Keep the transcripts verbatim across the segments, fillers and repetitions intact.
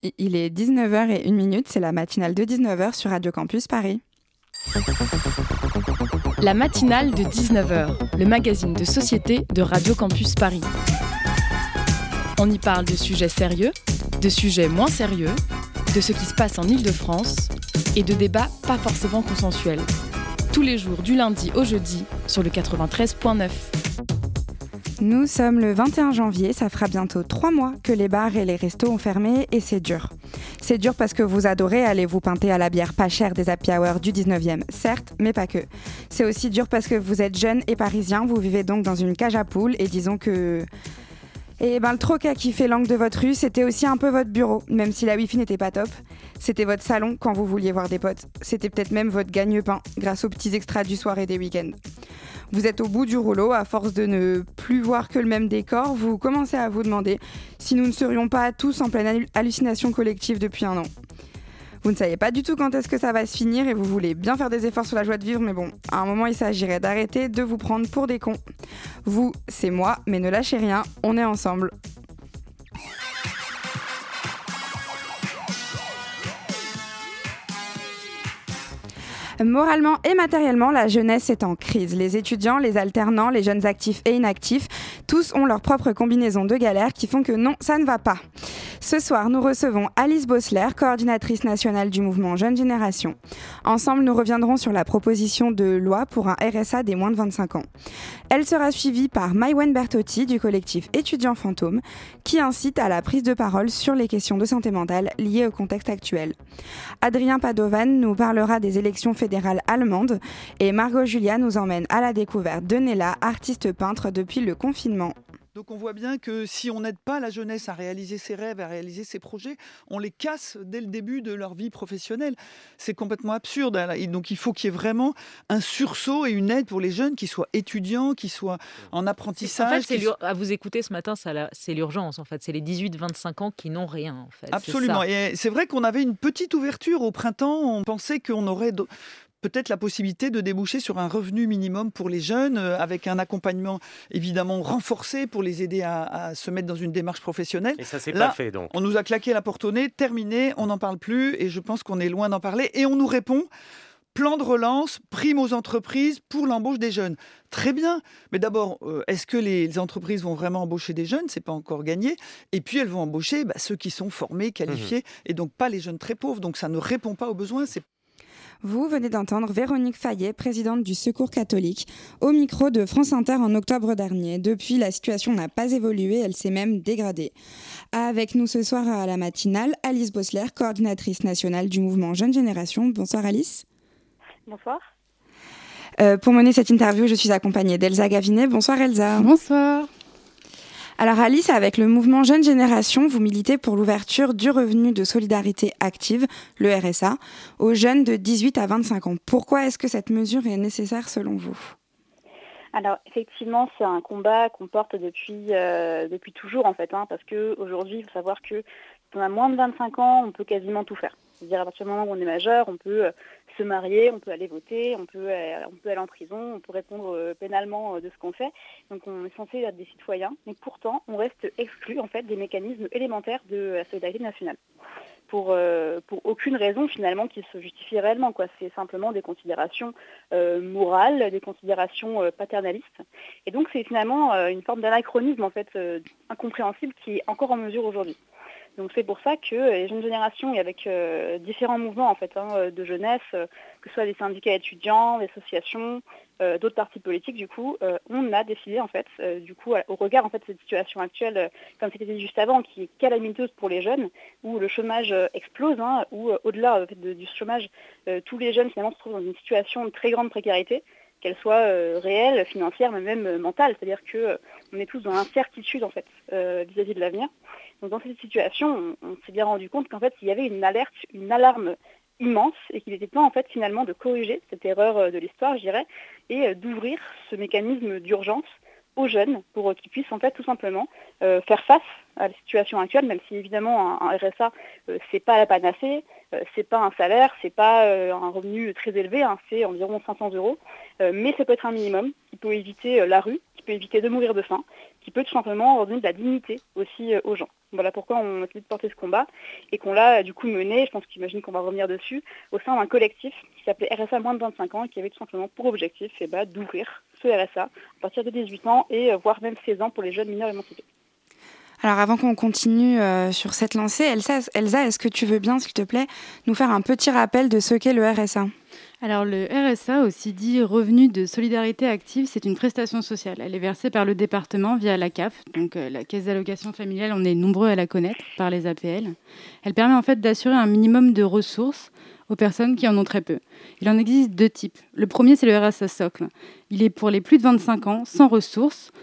I- Il est dix-neuf heures zéro un, c'est la matinale de dix-neuf heures sur Radio Campus Paris. La matinale de dix-neuf heures, le magazine de société de Radio Campus Paris. On y parle de sujets sérieux, de sujets moins sérieux, de ce qui se passe en Île-de-France et de débats pas forcément consensuels. Tous les jours du lundi au jeudi sur le quatre-vingt-treize virgule neuf. Nous sommes le vingt et un janvier, ça fera bientôt trois mois que les bars et les restos ont fermé et c'est dur. C'est dur parce que vous adorez aller vous pinter à la bière pas chère des happy hours du dix-neuvième, certes, mais pas que. C'est aussi dur parce que vous êtes jeune et parisien, vous vivez donc dans une cage à poules et disons que... Et ben le troca qui fait l'angle de votre rue, c'était aussi un peu votre bureau, même si la wifi n'était pas top. C'était votre salon quand vous vouliez voir des potes. C'était peut-être même votre gagne-pain, grâce aux petits extras du soir et des week-ends. Vous êtes au bout du rouleau, à force de ne plus voir que le même décor, vous commencez à vous demander si nous ne serions pas tous en pleine hallucination collective depuis un an. Vous ne savez pas du tout quand est-ce que ça va se finir et vous voulez bien faire des efforts sur la joie de vivre, mais bon, à un moment il s'agirait d'arrêter de vous prendre pour des cons. Vous, c'est moi, mais ne lâchez rien, on est ensemble. Moralement et matériellement, la jeunesse est en crise. Les étudiants, les alternants, les jeunes actifs et inactifs, tous ont leur propre combinaison de galères qui font que non, ça ne va pas. Ce soir, nous recevons Alice Bossler, coordinatrice nationale du mouvement Jeune Génération. Ensemble, nous reviendrons sur la proposition de loi pour un R S A des moins de vingt-cinq ans. Elle sera suivie par Maïwen Bertotti du collectif Étudiants Fantômes, qui incite à la prise de parole sur les questions de santé mentale liées au contexte actuel. Adrien Padovan nous parlera des élections fédérales allemandes et Margot Julia nous emmène à la découverte de Nella, artiste peintre depuis le confinement. Donc on voit bien que si on n'aide pas la jeunesse à réaliser ses rêves, à réaliser ses projets, on les casse dès le début de leur vie professionnelle. C'est complètement absurde. Et donc il faut qu'il y ait vraiment un sursaut et une aide pour les jeunes, qui soient étudiants, qui soient en apprentissage. En fait, c'est soient... à vous écouter ce matin, ça, c'est l'urgence. En fait, c'est les dix-huit vingt-cinq ans qui n'ont rien. En fait. Absolument. C'est ça. Et c'est vrai qu'on avait une petite ouverture au printemps. On pensait qu'on aurait... peut-être la possibilité de déboucher sur un revenu minimum pour les jeunes, euh, avec un accompagnement évidemment renforcé pour les aider à, à se mettre dans une démarche professionnelle. Et ça, c'est Là, pas fait donc. On nous a claqué la porte au nez, terminé, on n'en parle plus et je pense qu'on est loin d'en parler. Et on nous répond, plan de relance, prime aux entreprises pour l'embauche des jeunes. Très bien, mais d'abord, euh, est-ce que les entreprises vont vraiment embaucher des jeunes ? C'est pas encore gagné. Et puis elles vont embaucher bah, ceux qui sont formés, qualifiés, mmh. et donc pas les jeunes très pauvres. Donc ça ne répond pas aux besoins. C'est Vous venez d'entendre Véronique Fayet, présidente du Secours catholique, au micro de France Inter en octobre dernier. Depuis, la situation n'a pas évolué, elle s'est même dégradée. Avec nous ce soir à la matinale, Alice Bossler, coordinatrice nationale du mouvement Jeune Génération. Bonsoir Alice. Bonsoir. Euh, pour mener cette interview, je suis accompagnée d'Elsa Gavinet. Bonsoir Elsa. Bonsoir. Alors Alice, avec le mouvement Jeune Génération, vous militez pour l'ouverture du revenu de solidarité active, le R S A, aux jeunes de dix-huit à vingt-cinq ans. Pourquoi est-ce que cette mesure est nécessaire selon vous ? Alors effectivement, c'est un combat qu'on porte depuis, euh, depuis toujours en fait, hein, parce qu'aujourd'hui, il faut savoir que quand on a moins de vingt-cinq ans, on peut quasiment tout faire. C'est-à-dire à partir du moment où on est majeur, on peut euh, se marier, on peut aller voter, on peut, euh, on peut aller en prison, on peut répondre euh, pénalement euh, de ce qu'on fait. Donc on est censé être des citoyens, mais pourtant on reste exclu en fait des mécanismes élémentaires de la solidarité nationale. Pour, euh, pour aucune raison finalement qui se justifie réellement, quoi. C'est simplement des considérations euh, morales, des considérations euh, paternalistes. Et donc c'est finalement euh, une forme d'anachronisme en fait euh, incompréhensible qui est encore en mesure aujourd'hui. Donc c'est pour ça que les jeunes générations, et avec euh, différents mouvements en fait, hein, de jeunesse, euh, que ce soit des syndicats étudiants, des associations, euh, d'autres partis politiques, du coup, euh, on a décidé en fait, euh, du coup, au regard en fait de cette situation actuelle, euh, comme c'était dit juste avant, qui est calamiteuse pour les jeunes, où le chômage euh, explose, hein, où euh, au-delà en fait, de, du chômage, euh, tous les jeunes finalement se trouvent dans une situation de très grande précarité, qu'elle soit euh, réelle, financière, mais même euh, mentale, c'est-à-dire que euh, on est tous dans l'incertitude en fait euh, vis-à-vis de l'avenir. Donc dans cette situation, on, on s'est bien rendu compte qu'en fait, il y avait une alerte, une alarme immense et qu'il était temps en fait finalement de corriger cette erreur de l'histoire, je dirais, et d'ouvrir ce mécanisme d'urgence aux jeunes pour qu'ils puissent en fait tout simplement euh, faire face à la situation actuelle, même si évidemment un, un R S A euh, c'est pas la panacée, euh, c'est pas un salaire, c'est pas euh, un revenu très élevé, hein, c'est environ cinq cents euros, euh, mais ça peut être un minimum qui peut éviter euh, la rue, qui peut éviter de mourir de faim, qui peut tout simplement redonner de la dignité aussi euh, aux gens. Voilà pourquoi on a décidé de porter ce combat et qu'on l'a du coup mené, je pense qu'imagine qu'on va revenir dessus, au sein d'un collectif qui s'appelait R S A moins de vingt-cinq ans et qui avait tout simplement pour objectif eh ben, d'ouvrir ce R S A à partir de dix-huit ans et euh, voire même seize ans pour les jeunes mineurs émancipés. Alors avant qu'on continue euh, sur cette lancée, Elsa, Elsa, est-ce que tu veux bien, s'il te plaît, nous faire un petit rappel de ce qu'est le R S A ? Alors le R S A, aussi dit revenu de solidarité active, c'est une prestation sociale. Elle est versée par le département via la C A F, donc euh, la caisse d'allocation familiale, on est nombreux à la connaître par les A P L. Elle permet en fait d'assurer un minimum de ressources aux personnes qui en ont très peu. Il en existe deux types. Le premier, c'est le R S A socle. Il est pour les plus de vingt-cinq ans, sans ressources,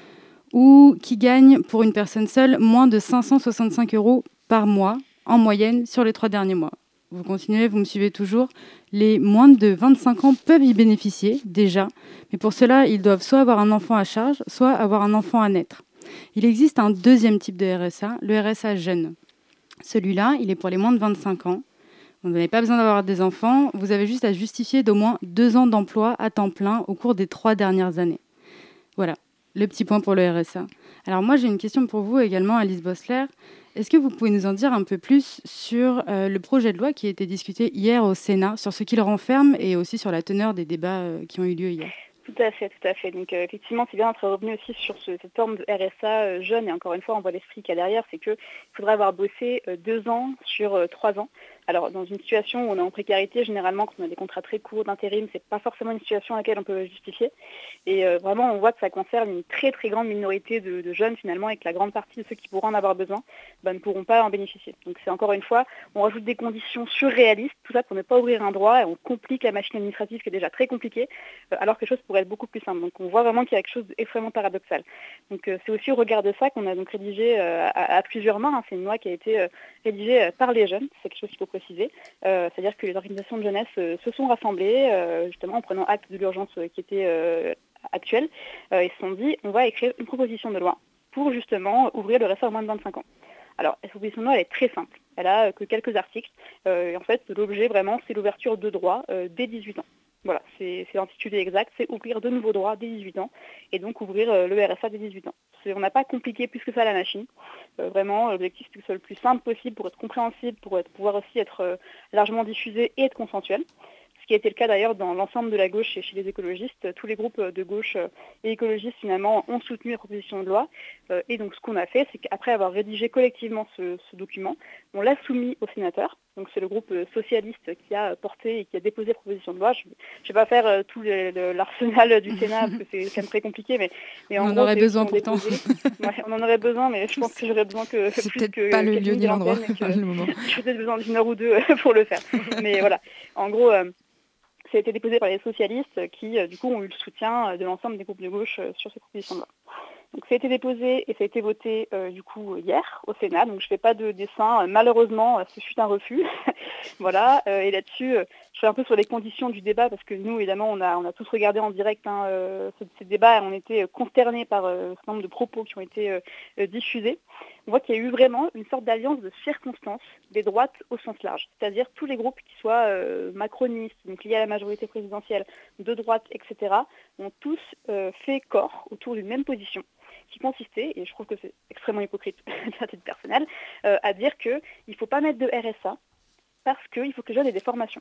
ou qui gagnent pour une personne seule moins de cinq cent soixante-cinq euros par mois, en moyenne, sur les trois derniers mois. Vous continuez, vous me suivez toujours. Les moins de vingt-cinq ans peuvent y bénéficier, déjà, mais pour cela, ils doivent soit avoir un enfant à charge, soit avoir un enfant à naître. Il existe un deuxième type de R S A, le R S A jeune. Celui-là, il est pour les moins de vingt-cinq ans. Vous n'avez pas besoin d'avoir des enfants, vous avez juste à justifier d'au moins deux ans d'emploi à temps plein au cours des trois dernières années. Voilà. Le petit point pour le R S A. Alors moi, j'ai une question pour vous également, Alice Bossler. Est-ce que vous pouvez nous en dire un peu plus sur euh, le projet de loi qui a été discuté hier au Sénat, sur ce qu'il renferme et aussi sur la teneur des débats euh, qui ont eu lieu hier ? Tout à fait, tout à fait. Donc euh, effectivement, c'est bien d'être revenu aussi sur ce, cette forme de R S A euh, jeune. Et encore une fois, on voit l'esprit qu'il y a derrière, c'est qu'il faudra avoir bossé euh, deux ans sur euh, trois ans. Alors, dans une situation où on est en précarité, généralement, quand on a des contrats très courts d'intérim, c'est pas forcément une situation à laquelle on peut justifier. Et euh, vraiment, on voit que ça concerne une très très grande minorité de, de jeunes finalement, et que la grande partie de ceux qui pourront en avoir besoin ben, ne pourront pas en bénéficier. Donc, c'est encore une fois, on rajoute des conditions surréalistes, tout ça pour ne pas ouvrir un droit, et on complique la machine administrative qui est déjà très compliquée, euh, alors que les choses pourraient être beaucoup plus simples. Donc, on voit vraiment qu'il y a quelque chose d'extrêmement paradoxal. Donc, euh, c'est aussi au regard de ça qu'on a donc rédigé euh, à, à plusieurs mains. Hein. C'est une loi qui a été euh, rédigée euh, par les jeunes. C'est quelque chose qu'il faut préciser. Euh, c'est-à-dire que les organisations de jeunesse euh, se sont rassemblées, euh, justement en prenant acte de l'urgence euh, qui était euh, actuelle, euh, et se sont dit on va écrire une proposition de loi pour justement ouvrir le R S A aux moins de vingt-cinq ans. Alors, cette proposition de loi, elle est très simple. Elle a euh, que quelques articles. Euh, et en fait, l'objet vraiment, c'est l'ouverture de droits euh, dès dix-huit ans. Voilà, c'est, c'est l'intitulé exact, c'est ouvrir de nouveaux droits dès dix-huit ans et donc ouvrir euh, le R S A dès dix-huit ans. C'est, on n'a pas compliqué plus que ça la machine. Euh, vraiment, l'objectif c'est que ce soit le plus simple possible pour être compréhensible, pour être, pouvoir aussi être euh, largement diffusé et être consensuel. Ce qui a été le cas d'ailleurs dans l'ensemble de la gauche et chez les écologistes. Tous les groupes de gauche et écologistes finalement ont soutenu la proposition de loi. Euh, et donc ce qu'on a fait, c'est qu'après avoir rédigé collectivement ce, ce document, on l'a soumis aux sénateurs. Donc c'est le groupe socialiste qui a porté et qui a déposé la proposition de loi. Je ne vais pas faire euh, tout le, le, l'arsenal du Sénat parce que c'est quand même très compliqué, mais, mais en on en gros, aurait besoin pourtant. Ouais, on en aurait besoin, mais je pense que j'aurais besoin que c'est plus peut-être que pas le que lieu ni l'endroit, que, le moment. J'ai peut-être besoin d'une heure ou deux pour le faire. Mais voilà, en gros. Euh, Ça a été déposé par les socialistes qui, euh, du coup, ont eu le soutien de l'ensemble des groupes de gauche euh, sur cette proposition de loi. Donc, ça a été déposé et ça a été voté, euh, du coup, hier au Sénat. Donc, je ne fais pas de dessin. Euh, malheureusement, ce fut un refus. Voilà. Euh, et là-dessus, euh, je fais un peu sur les conditions du débat parce que nous, évidemment, on a, on a tous regardé en direct hein, euh, ces, ces débats et on était consternés par euh, ce nombre de propos qui ont été euh, euh, diffusés. On voit qu'il y a eu vraiment une sorte d'alliance de circonstances des droites au sens large. C'est-à-dire tous les groupes qui soient euh, macronistes, donc liés à la majorité présidentielle, de droite, et cetera, ont tous euh, fait corps autour d'une même position qui consistait, et je trouve que c'est extrêmement hypocrite à titre personnel, euh, à dire qu'il ne faut pas mettre de R S A parce qu'il faut que les jeunes aient des formations.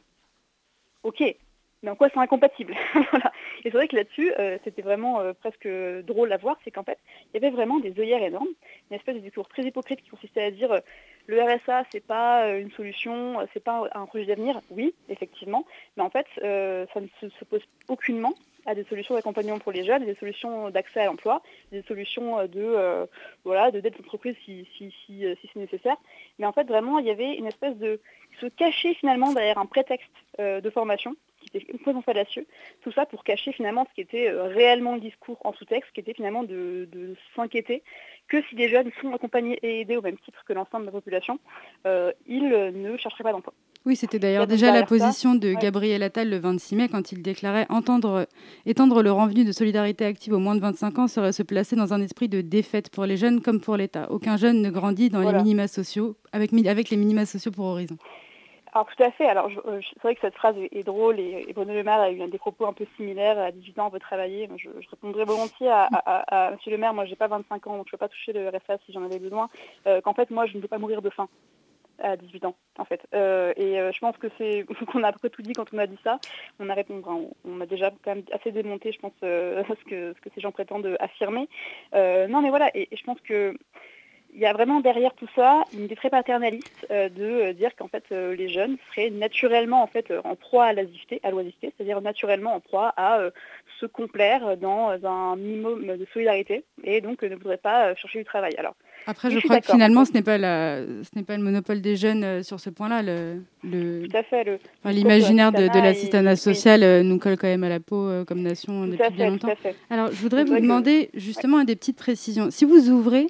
Ok, mais en quoi c'est incompatible? Voilà. Et c'est vrai que là-dessus, euh, c'était vraiment euh, presque drôle à voir, c'est qu'en fait, il y avait vraiment des œillères énormes, une espèce de discours très hypocrite qui consistait à dire euh, le R S A, c'est pas euh, une solution, euh, c'est pas un projet d'avenir. Oui, effectivement, mais en fait, euh, ça ne se, se pose aucunement à des solutions d'accompagnement pour les jeunes, des solutions d'accès à l'emploi, des solutions de euh, voilà, de d'aide d'entreprise si, si, si, si c'est nécessaire. Mais en fait, vraiment, il y avait une espèce de se cacher finalement derrière un prétexte euh, de formation qui était complètement fallacieux. Tout ça pour cacher finalement ce qui était euh, réellement le discours en sous-texte, qui était finalement de, de s'inquiéter que si les jeunes sont accompagnés et aidés au même titre que l'ensemble de la population, euh, ils ne chercheraient pas d'emploi. Oui, c'était d'ailleurs déjà la position de Gabriel Attal le vingt-six mai quand il déclarait entendre, étendre le revenu de solidarité active aux moins de vingt-cinq ans serait se placer dans un esprit de défaite pour les jeunes comme pour l'État. Aucun jeune ne grandit dans voilà. les minima sociaux, avec, avec les minima sociaux pour horizon. Alors tout à fait. Alors je, je, c'est vrai que cette phrase est, est drôle et, et Bruno Le Maire a eu des propos un peu similaires. À dix-huit ans, on veut travailler. Je, je répondrais volontiers à, à, à, à Monsieur Le Maire. Moi, j'ai pas vingt-cinq ans, donc je ne peux pas toucher le R S A si j'en avais besoin. Euh, qu'en fait, moi, je ne veux pas mourir de faim à dix-huit ans, en fait. Euh, et euh, je pense que c'est qu'on a à peu près tout dit quand on a dit ça. On a répondu, on, on a déjà quand même assez démonté, je pense, euh, ce, que, ce que ces gens prétendent affirmer. Euh, non, mais voilà. Et, et je pense que il y a vraiment derrière tout ça une idée très paternaliste euh, de euh, dire qu'en fait euh, les jeunes seraient naturellement en fait euh, en proie à l'oisiveté, à l'oisiveté, c'est-à-dire naturellement en proie à euh, se complaire dans un minimum de solidarité et donc euh, ne voudraient pas euh, chercher du travail. Alors après, je, je crois que finalement, ce n'est pas la, ce n'est pas le monopole des jeunes euh, sur ce point-là. Le, le... Tout à fait. Le, enfin, l'imaginaire de, de l'assistanat social euh, nous colle quand même à la peau euh, comme nation tout depuis fait, bien longtemps. Alors, je voudrais c'est vous demander que... justement ouais. des petites précisions. Si vous ouvrez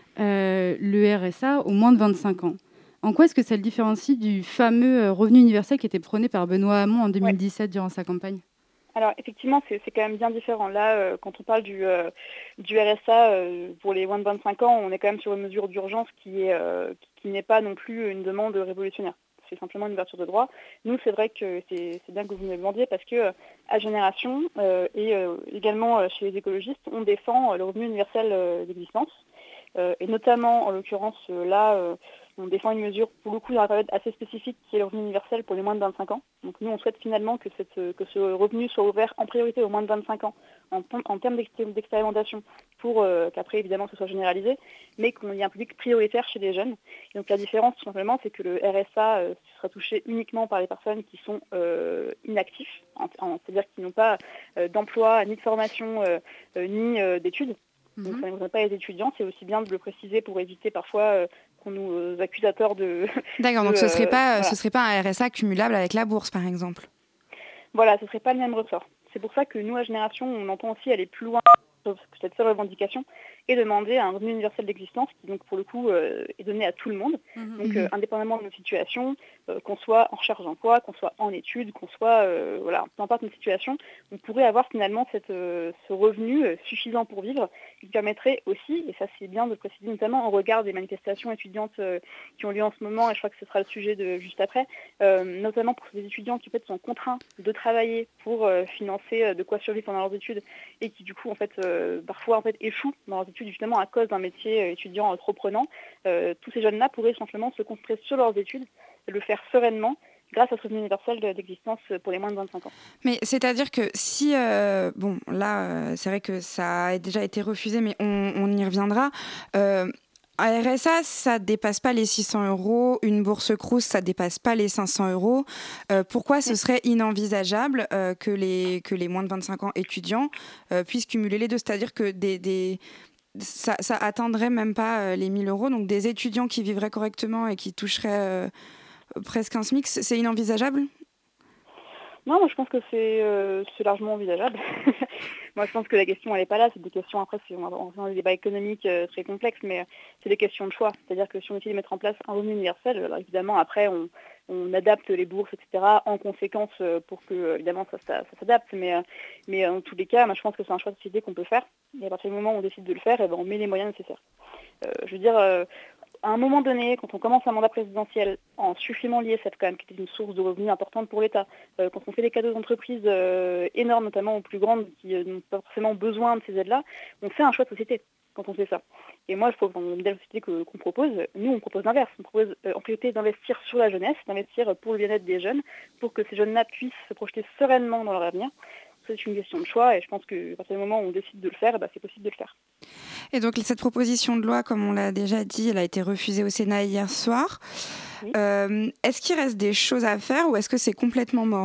euh, le R S A aux moins de vingt-cinq ans, en quoi est-ce que ça le différencie du fameux revenu universel qui était prôné par Benoît Hamon en deux mille dix-sept ouais. durant sa campagne ? Alors effectivement, c'est, c'est quand même bien différent. Là, euh, quand on parle du, euh, du R S A euh, pour les moins de vingt-cinq ans, on est quand même sur une mesure d'urgence qui, est, euh, qui, qui n'est pas non plus une demande révolutionnaire. C'est simplement une ouverture de droit. Nous, c'est vrai que c'est, c'est bien que vous me le demandiez parce que euh, à Génération euh, et euh, également euh, chez les écologistes, on défend euh, le revenu universel euh, d'existence. Euh, et notamment, en l'occurrence, euh, là, euh, on défend une mesure, pour le coup, dans la période assez spécifique, qui est le revenu universel pour les moins de vingt-cinq ans. Donc nous, on souhaite finalement que, cette, que ce revenu soit ouvert en priorité aux moins de vingt-cinq ans, en, en termes d'expérimentation, pour euh, qu'après, évidemment, ce soit généralisé, mais qu'il y ait un public prioritaire chez les jeunes. Et donc la différence, tout simplement, c'est que le R S A euh, sera touché uniquement par les personnes qui sont euh, inactifs, en, en, c'est-à-dire qui n'ont pas euh, d'emploi, ni de formation, euh, euh, ni euh, d'études. Donc ça ne concerne pas les étudiants, c'est aussi bien de le préciser pour éviter parfois euh, qu'on nous euh, accuse à tort de... D'accord, de, donc ce ne serait, pas, euh, voilà. ce serait pas un R S A cumulable avec la bourse, par exemple. Voilà, ce ne serait pas le même ressort. C'est pour ça que nous, à Génération, on entend aussi aller plus loin sur cette seule revendication et demander un revenu universel d'existence qui, donc, pour le coup, euh, est donné à tout le monde. Mmh. Donc, euh, indépendamment de nos situations, euh, qu'on soit en recherche d'emploi, qu'on soit en études, qu'on soit, euh, voilà, peu importe notre situation, on pourrait avoir finalement cette, euh, ce revenu euh, suffisant pour vivre qui permettrait aussi, et ça c'est bien de préciser notamment en regard des manifestations étudiantes euh, qui ont lieu en ce moment, et je crois que ce sera le sujet de juste après, euh, notamment pour ces étudiants qui en fait, sont contraints de travailler pour euh, financer euh, de quoi survivre pendant leurs études et qui du coup en fait euh, parfois en fait échouent dans leurs études justement à cause d'un métier euh, étudiant euh, trop prenant. Euh, tous ces jeunes-là pourraient simplement se concentrer sur leurs études, le faire sereinement grâce à ce revenu universel d'existence pour les moins de vingt-cinq ans. Mais c'est-à-dire que si, euh, bon là euh, c'est vrai que ça a déjà été refusé, mais on, on y reviendra. Euh, Un R S A, ça ne dépasse pas les six cents euros. Une bourse Crous, ça ne dépasse pas les cinq cents euros. Euh, pourquoi ce serait inenvisageable euh, que, les, que les moins de vingt-cinq ans étudiants euh, puissent cumuler les deux ? C'est-à-dire que des, des, ça, ça atteindrait même pas euh, les mille euros. Donc des étudiants qui vivraient correctement et qui toucheraient euh, presque un SMIC, c'est inenvisageable ? Non, moi je pense que c'est, euh, c'est largement envisageable. Moi je pense que la question elle n'est pas là, c'est des questions, après c'est, on va dans des débats économiques euh, très complexes, mais euh, c'est des questions de choix. C'est-à-dire que si on décide de mettre en place un revenu universel, alors évidemment après on, on adapte les bourses, et cetera en conséquence euh, pour que euh, évidemment ça, ça, ça s'adapte, mais, euh, mais euh, en tous les cas, moi je pense que c'est un choix de société qu'on peut faire, et à partir du moment où on décide de le faire, eh ben, on met les moyens nécessaires. Euh, je veux dire... Euh, À un moment donné, quand on commence un mandat présidentiel en supplément l'I S F quand même, qui était une source de revenus importante pour l'État, euh, quand on fait des cadeaux d'entreprise euh, énormes, notamment aux plus grandes qui euh, n'ont pas forcément besoin de ces aides-là, on fait un choix de société quand on fait ça. Et moi, je trouve dans le modèle de société que, qu'on propose, nous, on propose l'inverse. On propose euh, en priorité d'investir sur la jeunesse, d'investir pour le bien-être des jeunes, pour que ces jeunes-là puissent se projeter sereinement dans leur avenir. C'est une question de choix et je pense qu'à partir du moment où on décide de le faire, bah, c'est possible de le faire. Et donc cette proposition de loi, comme on l'a déjà dit, elle a été refusée au Sénat hier soir. Oui. Euh, est-ce qu'il reste des choses à faire ou est-ce que c'est complètement mort ?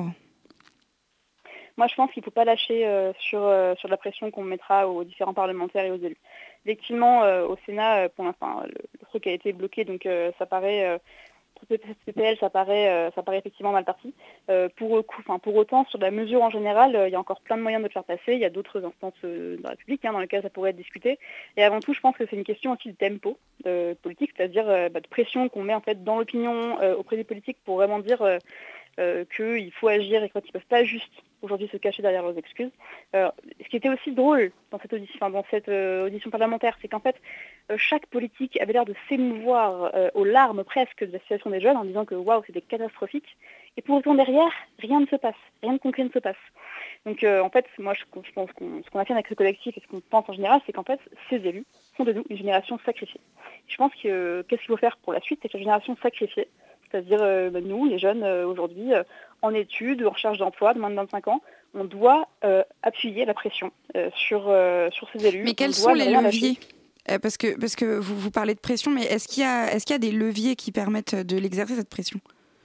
Moi, je pense qu'il ne faut pas lâcher euh, sur, euh, sur la pression qu'on mettra aux différents parlementaires et aux élus. Effectivement, euh, au Sénat, pour l'instant, le, le truc a été bloqué, donc euh, ça paraît... Euh, cette P P L, ça paraît, euh, ça paraît effectivement mal parti. Euh, pour, enfin, pour autant, sur la mesure en général, euh, il y a encore plein de moyens de le faire passer. Il y a d'autres instances euh, de la République hein, dans lesquelles ça pourrait être discuté. Et avant tout, je pense que c'est une question aussi de tempo euh, politique, c'est-à-dire euh, bah, de pression qu'on met en fait dans l'opinion euh, auprès des politiques pour vraiment dire euh, euh, qu'il faut agir et qu'ils ne peuvent pas juste aujourd'hui se cacher derrière leurs excuses. Euh, ce qui était aussi drôle dans cette audition, enfin, dans cette euh, audition parlementaire, c'est qu'en fait, euh, chaque politique avait l'air de s'émouvoir euh, aux larmes presque de la situation des jeunes en disant que waouh, c'était catastrophique. Et pour autant derrière, rien ne se passe, rien de concret ne se passe. Donc euh, en fait, moi je, je pense qu'on ce qu'on affirme avec ce collectif et ce qu'on pense en général, c'est qu'en fait, ces élus font de nous une génération sacrifiée. Je pense que euh, qu'est-ce qu'il faut faire pour la suite, c'est que la génération sacrifiée, c'est-à-dire euh, bah, nous, les jeunes euh, aujourd'hui, euh, en études, en recherche d'emploi, de moins de vingt-cinq ans, on doit euh, appuyer la pression euh, sur, euh, sur ces élus. Mais quels on sont doit les ne rien leviers lâcher. Euh, parce que, parce que vous, vous parlez de pression, mais est-ce qu'il y a, est-ce qu'il y a des leviers qui permettent de l'exercer, cette pression ?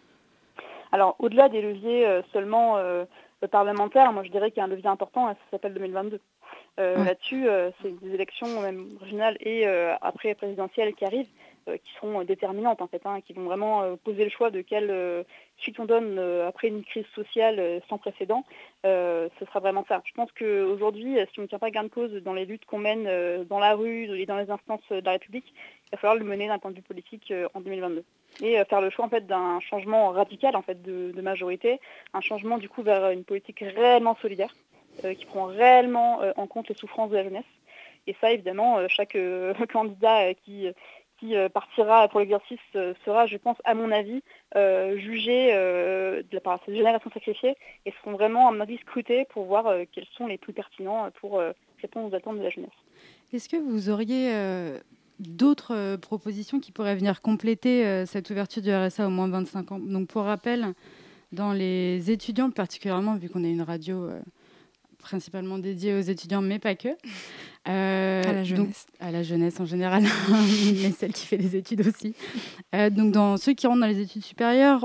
Alors, au-delà des leviers euh, seulement euh, parlementaires, moi je dirais qu'il y a un levier important, hein, ça s'appelle deux mille vingt-deux. Euh, Ouais. Là-dessus, euh, c'est des élections même régionales et euh, après présidentielles qui arrivent, euh, qui seront euh, déterminantes en fait, hein, qui vont vraiment euh, poser le choix de quelle euh, suite on donne euh, après une crise sociale euh, sans précédent. Euh, ce sera vraiment ça. Je pense qu'aujourd'hui, si on ne tient pas gain de cause dans les luttes qu'on mène euh, dans la rue et dans les instances de la République, il va falloir le mener d'un point de vue politique euh, en deux mille vingt-deux. Et euh, faire le choix en fait d'un changement radical en fait de, de majorité, un changement du coup vers une politique réellement solidaire, euh, qui prend réellement euh, en compte les souffrances de la jeunesse. Et ça, évidemment, euh, chaque euh, candidat euh, qui, qui euh, partira pour l'exercice euh, sera, je pense, à mon avis, euh, jugé euh, de la part de cette génération sacrifiée et seront vraiment, à mon avis, scrutés pour voir euh, quels sont les plus pertinents pour euh, répondre aux attentes de la jeunesse. Est-ce que vous auriez euh, d'autres euh, propositions qui pourraient venir compléter euh, cette ouverture du R S A aux moins de vingt-cinq ans ? Donc, pour rappel, dans les étudiants particulièrement, vu qu'on est une radio euh, principalement dédiée aux étudiants, mais pas que. Euh, À la jeunesse. Donc, à la jeunesse en général, mais celle qui fait des études aussi. Euh, donc, dans ceux qui rentrent dans les études supérieures,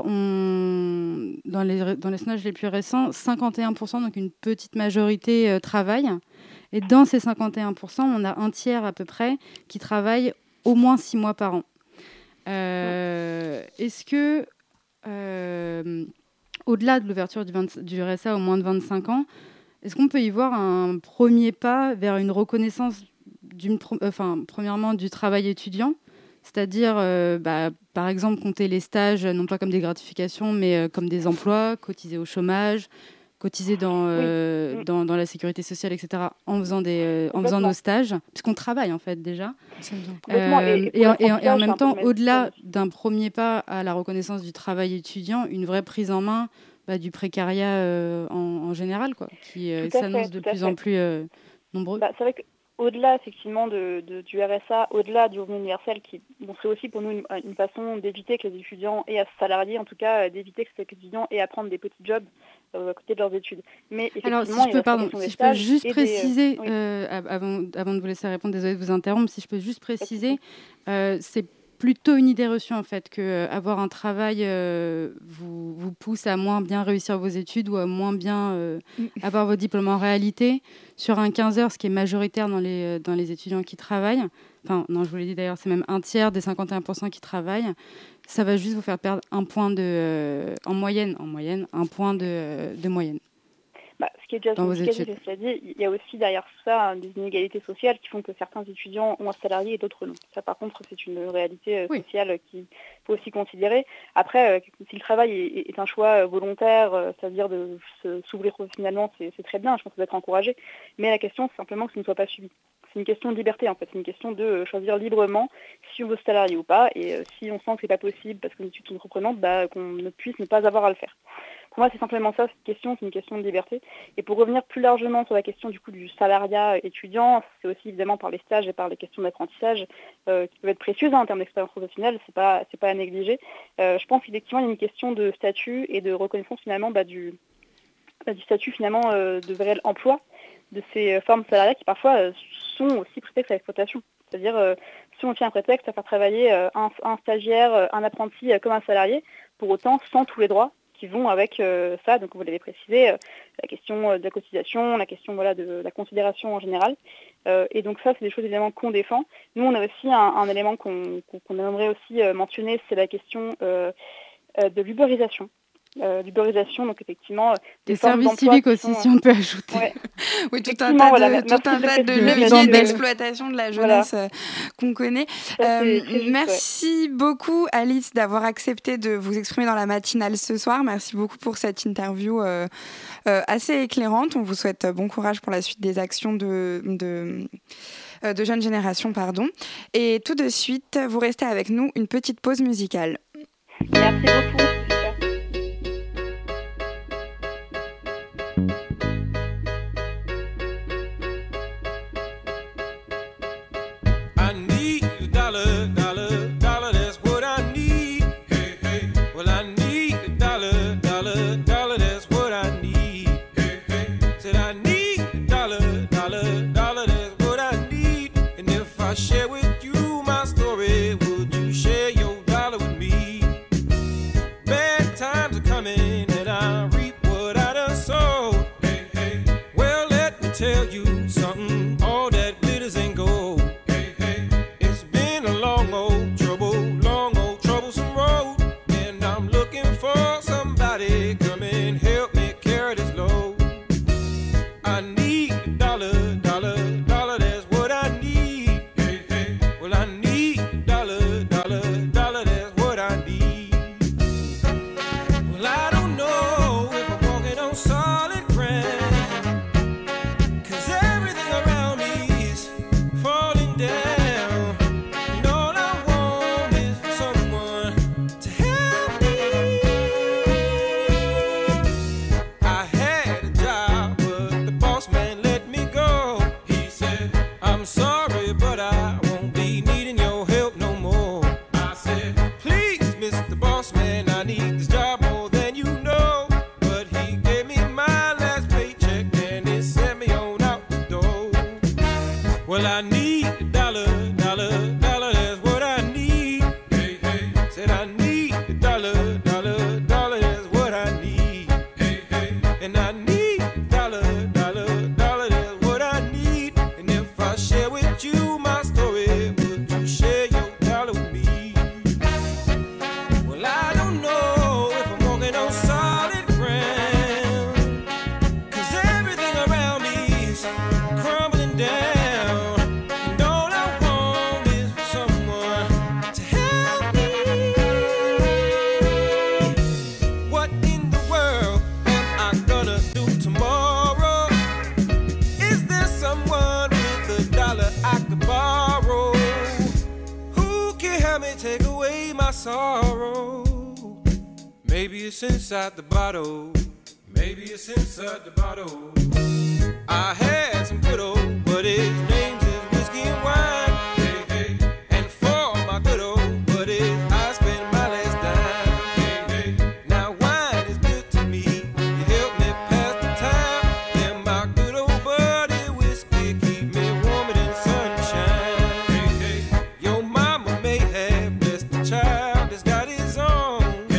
on, dans, les, dans les sondages les plus récents, cinquante et un pour cent, donc une petite majorité, euh, travaillent. Et dans ces cinquante et un pour cent, on a un tiers à peu près qui travaille au moins six mois par an. Euh, est-ce que, euh, au-delà de l'ouverture du, vingt, du R S A aux moins de vingt-cinq ans, est-ce qu'on peut y voir un premier pas vers une reconnaissance, d'une, enfin, premièrement, du travail étudiant, c'est-à-dire, euh, bah, par exemple, compter les stages, non pas comme des gratifications, mais euh, comme des emplois, cotiser au chômage, cotiser dans, euh, Oui. dans, dans la sécurité sociale, et cetera, en faisant, des, euh, en faisant nos stages, puisqu'on travaille, en fait, déjà. Complètement. Euh, Et, et, et, pour en, et, en, et en l'apprentissage, c'est même un peu temps, le même au-delà système aussi. d'un premier pas à la reconnaissance du travail étudiant, une vraie prise en main bah, du précariat euh, en, en général, quoi, qui euh, Tout à s'annonce fait, de tout à plus fait. en plus euh, nombreux. Bah, c'est vrai qu'au-delà effectivement de, de, du R S A, au-delà du revenu universel, qui bon, c'est aussi pour nous une, une façon d'éviter que les étudiants aient à se salarier, en tout cas euh, d'éviter que ces étudiants aient à prendre des petits jobs euh, à côté de leurs études. Mais effectivement, Alors, si je il peux, reste la pardon, question si des je peux stages juste et des, euh, préciser, oui. euh, avant, avant de vous laisser répondre, désolée de vous interrompre, si je peux juste Pas de préciser, souci. euh, c'est plutôt une idée reçue en fait que euh, avoir un travail euh, vous, vous pousse à moins bien réussir vos études ou à moins bien euh, avoir vos diplômes. En réalité, sur un quinze heures, ce qui est majoritaire dans les, dans les étudiants qui travaillent, enfin non, je vous l'ai dit d'ailleurs, c'est même un tiers des cinquante et un pour cent qui travaillent, ça va juste vous faire perdre un point de, euh, en moyenne, en moyenne, un point de, de moyenne. Bah, ce qui est déjà Dans vos significatif, études. cela dit, il y a aussi derrière ça hein, des inégalités sociales qui font que certains étudiants ont un salarié et d'autres non. Ça, par contre, c'est une réalité euh, Oui. sociale qu'il faut aussi considérer. Après, euh, si le travail est, est un choix euh, volontaire, euh, c'est-à-dire de se, s'ouvrir professionnellement, c'est, c'est très bien, je pense que ça doit être encouragé. Mais la question, c'est simplement que ce ne soit pas subi. C'est une question de liberté, en fait. C'est une question de euh, choisir librement si on veut se salarier ou pas. Et euh, si on sent que ce n'est pas possible parce que les études sont trop prenantes, bah, qu'on ne puisse ne pas avoir à le faire. Pour moi, c'est simplement ça, cette question, c'est une question de liberté. Et pour revenir plus largement sur la question du coup du salariat étudiant, c'est aussi évidemment par les stages et par les questions d'apprentissage euh, qui peuvent être précieuses hein, en termes d'expérience professionnelle, c'est pas c'est pas à négliger. Euh, je pense qu'effectivement, il y a une question de statut et de reconnaissance finalement bah, du, bah, du statut finalement euh, de réel emploi de ces formes salariales qui parfois euh, sont aussi prétextes à l'exploitation. C'est-à-dire, euh, si on tient un prétexte à faire travailler euh, un, un stagiaire, un apprenti euh, comme un salarié, pour autant sans tous les droits qui vont avec euh, ça, donc vous l'avez précisé, euh, la question euh, de la cotisation, la question voilà, de, de la considération en général. Euh, et donc ça, c'est des choses évidemment qu'on défend. Nous, on a aussi un, un élément qu'on, qu'on, qu'on aimerait aussi euh, mentionner, c'est la question euh, euh, de l'ubérisation. euh, d'ubérisation, donc effectivement euh, des, des services civiques aussi, sont, si on peut ajouter. Ouais. Oui, tout un tas de, voilà, tout un tas de leviers d'exploitation de la jeunesse voilà. euh, qu'on connaît. Ça, euh, juste, merci ouais. beaucoup Alice d'avoir accepté de vous exprimer dans la matinale ce soir. Merci beaucoup pour cette interview euh, euh, assez éclairante. On vous souhaite bon courage pour la suite des actions de, de, euh, de jeunes générations. Pardon. Et tout de suite, vous restez avec nous, une petite pause musicale. Merci beaucoup. Inside the bottle, maybe it's inside the bottle. I had some good old buddies, names is whiskey and wine. Hey, hey. And for my good old buddies, I spent my last dime. Hey, hey. Now wine is good to me, it helped me pass the time. And my good old buddy whiskey keep me warmer than sunshine. Hey, hey. Your mama may have blessed the child that's got his own.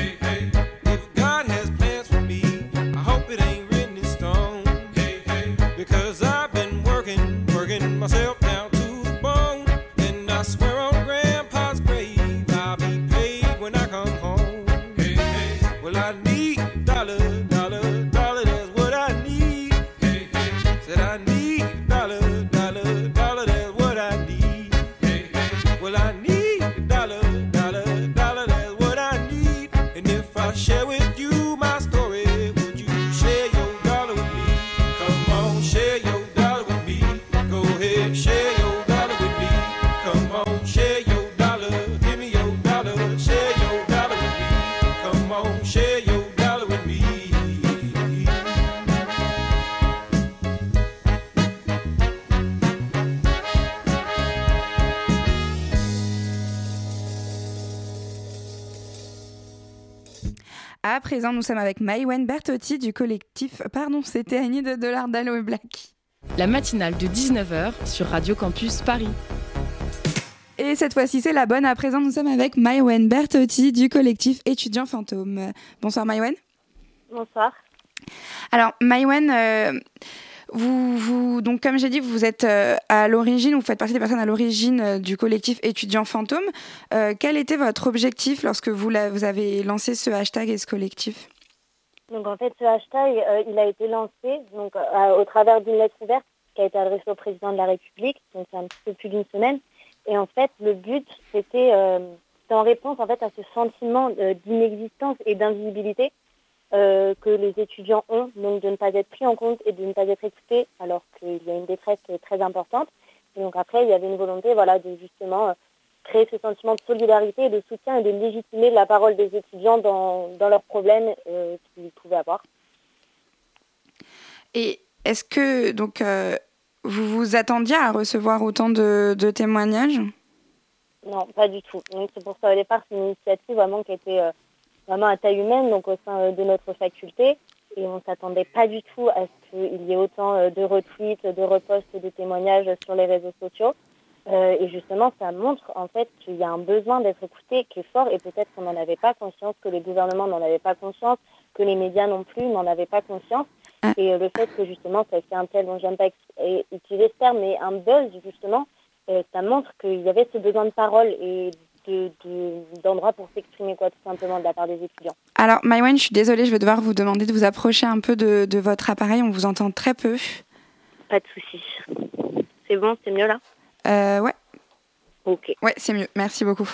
Myself down to the bone, and I swear on Grandpa's grave I'll be paid when I come home. Hey, hey. Well, I need a dollar, dollar, dollar, that's what I need. Hey, hey. Said I need a dollar, dollar, dollar, that's what I need. Hey, hey. Well, I need a dollar, dollar, dollar, that's what I need. And if I share with you my story, would you share your dollar with me? Come on, share your dollar with me. Go ahead, share your dollar with me. Come on, share your dollar. Give me your dollar. Share your dollar with me. Come on, share your dollar with me. À présent, nous sommes avec Maïwenn Bertotti du collectif Pardon, c'était Annie de Dollard d'Aloe Black. La matinale de dix-neuf heures sur Radio Campus Paris. Et cette fois-ci, c'est la bonne. À présent, nous sommes avec Maïwenn Bertotti du collectif Étudiants Fantômes. Bonsoir Maïwenn. Bonsoir. Alors Maïwenn, euh, vous, vous, donc comme j'ai dit, vous êtes euh, à l'origine, vous faites partie des personnes à l'origine euh, du collectif Étudiants Fantômes. Euh, quel était votre objectif lorsque vous, la, vous avez lancé ce hashtag et ce collectif ? Donc en fait, ce hashtag, euh, il a été lancé donc, euh, au travers d'une lettre ouverte qui a été adressée au président de la République, donc c'est un petit peu plus d'une semaine. Et en fait, le but, c'était, euh, c'était en réponse en fait, à ce sentiment euh, d'inexistence et d'invisibilité euh, que les étudiants ont, donc de ne pas être pris en compte et de ne pas être écoutés, alors qu'il y a une détresse qui est très importante. Et donc après, il y avait une volonté voilà, de justement... Euh, créer ce sentiment de solidarité et de soutien et de légitimer la parole des étudiants dans, dans leurs problèmes euh, qu'ils pouvaient avoir. Et est-ce que donc euh, vous vous attendiez à recevoir autant de, de témoignages ? Non, pas du tout. Donc c'est pour ça au départ, c'est une initiative vraiment qui était euh, vraiment à taille humaine, donc au sein euh, de notre faculté. Et on ne s'attendait pas du tout à ce qu'il y ait autant euh, de retweets, de reposts, de témoignages sur les réseaux sociaux. Euh, et justement, ça montre en fait qu'il y a un besoin d'être écouté qui est fort et peut-être qu'on n'en avait pas conscience, que les gouvernements n'en avaient pas conscience, que les médias non plus n'en avaient pas conscience. Et euh, le fait que justement, ça fait un tel, bon, j'aime pas ex- utiliser ce terme, mais un buzz justement, euh, ça montre qu'il y avait ce besoin de parole et de, de, d'endroits pour s'exprimer quoi, tout simplement de la part des étudiants. Alors, Maïwenn, je suis désolée, je vais devoir vous demander de vous approcher un peu de, de votre appareil, on vous entend très peu. Pas de souci. C'est bon, c'est mieux là ? Euh, ouais. Ok. Ouais, c'est mieux. Merci beaucoup.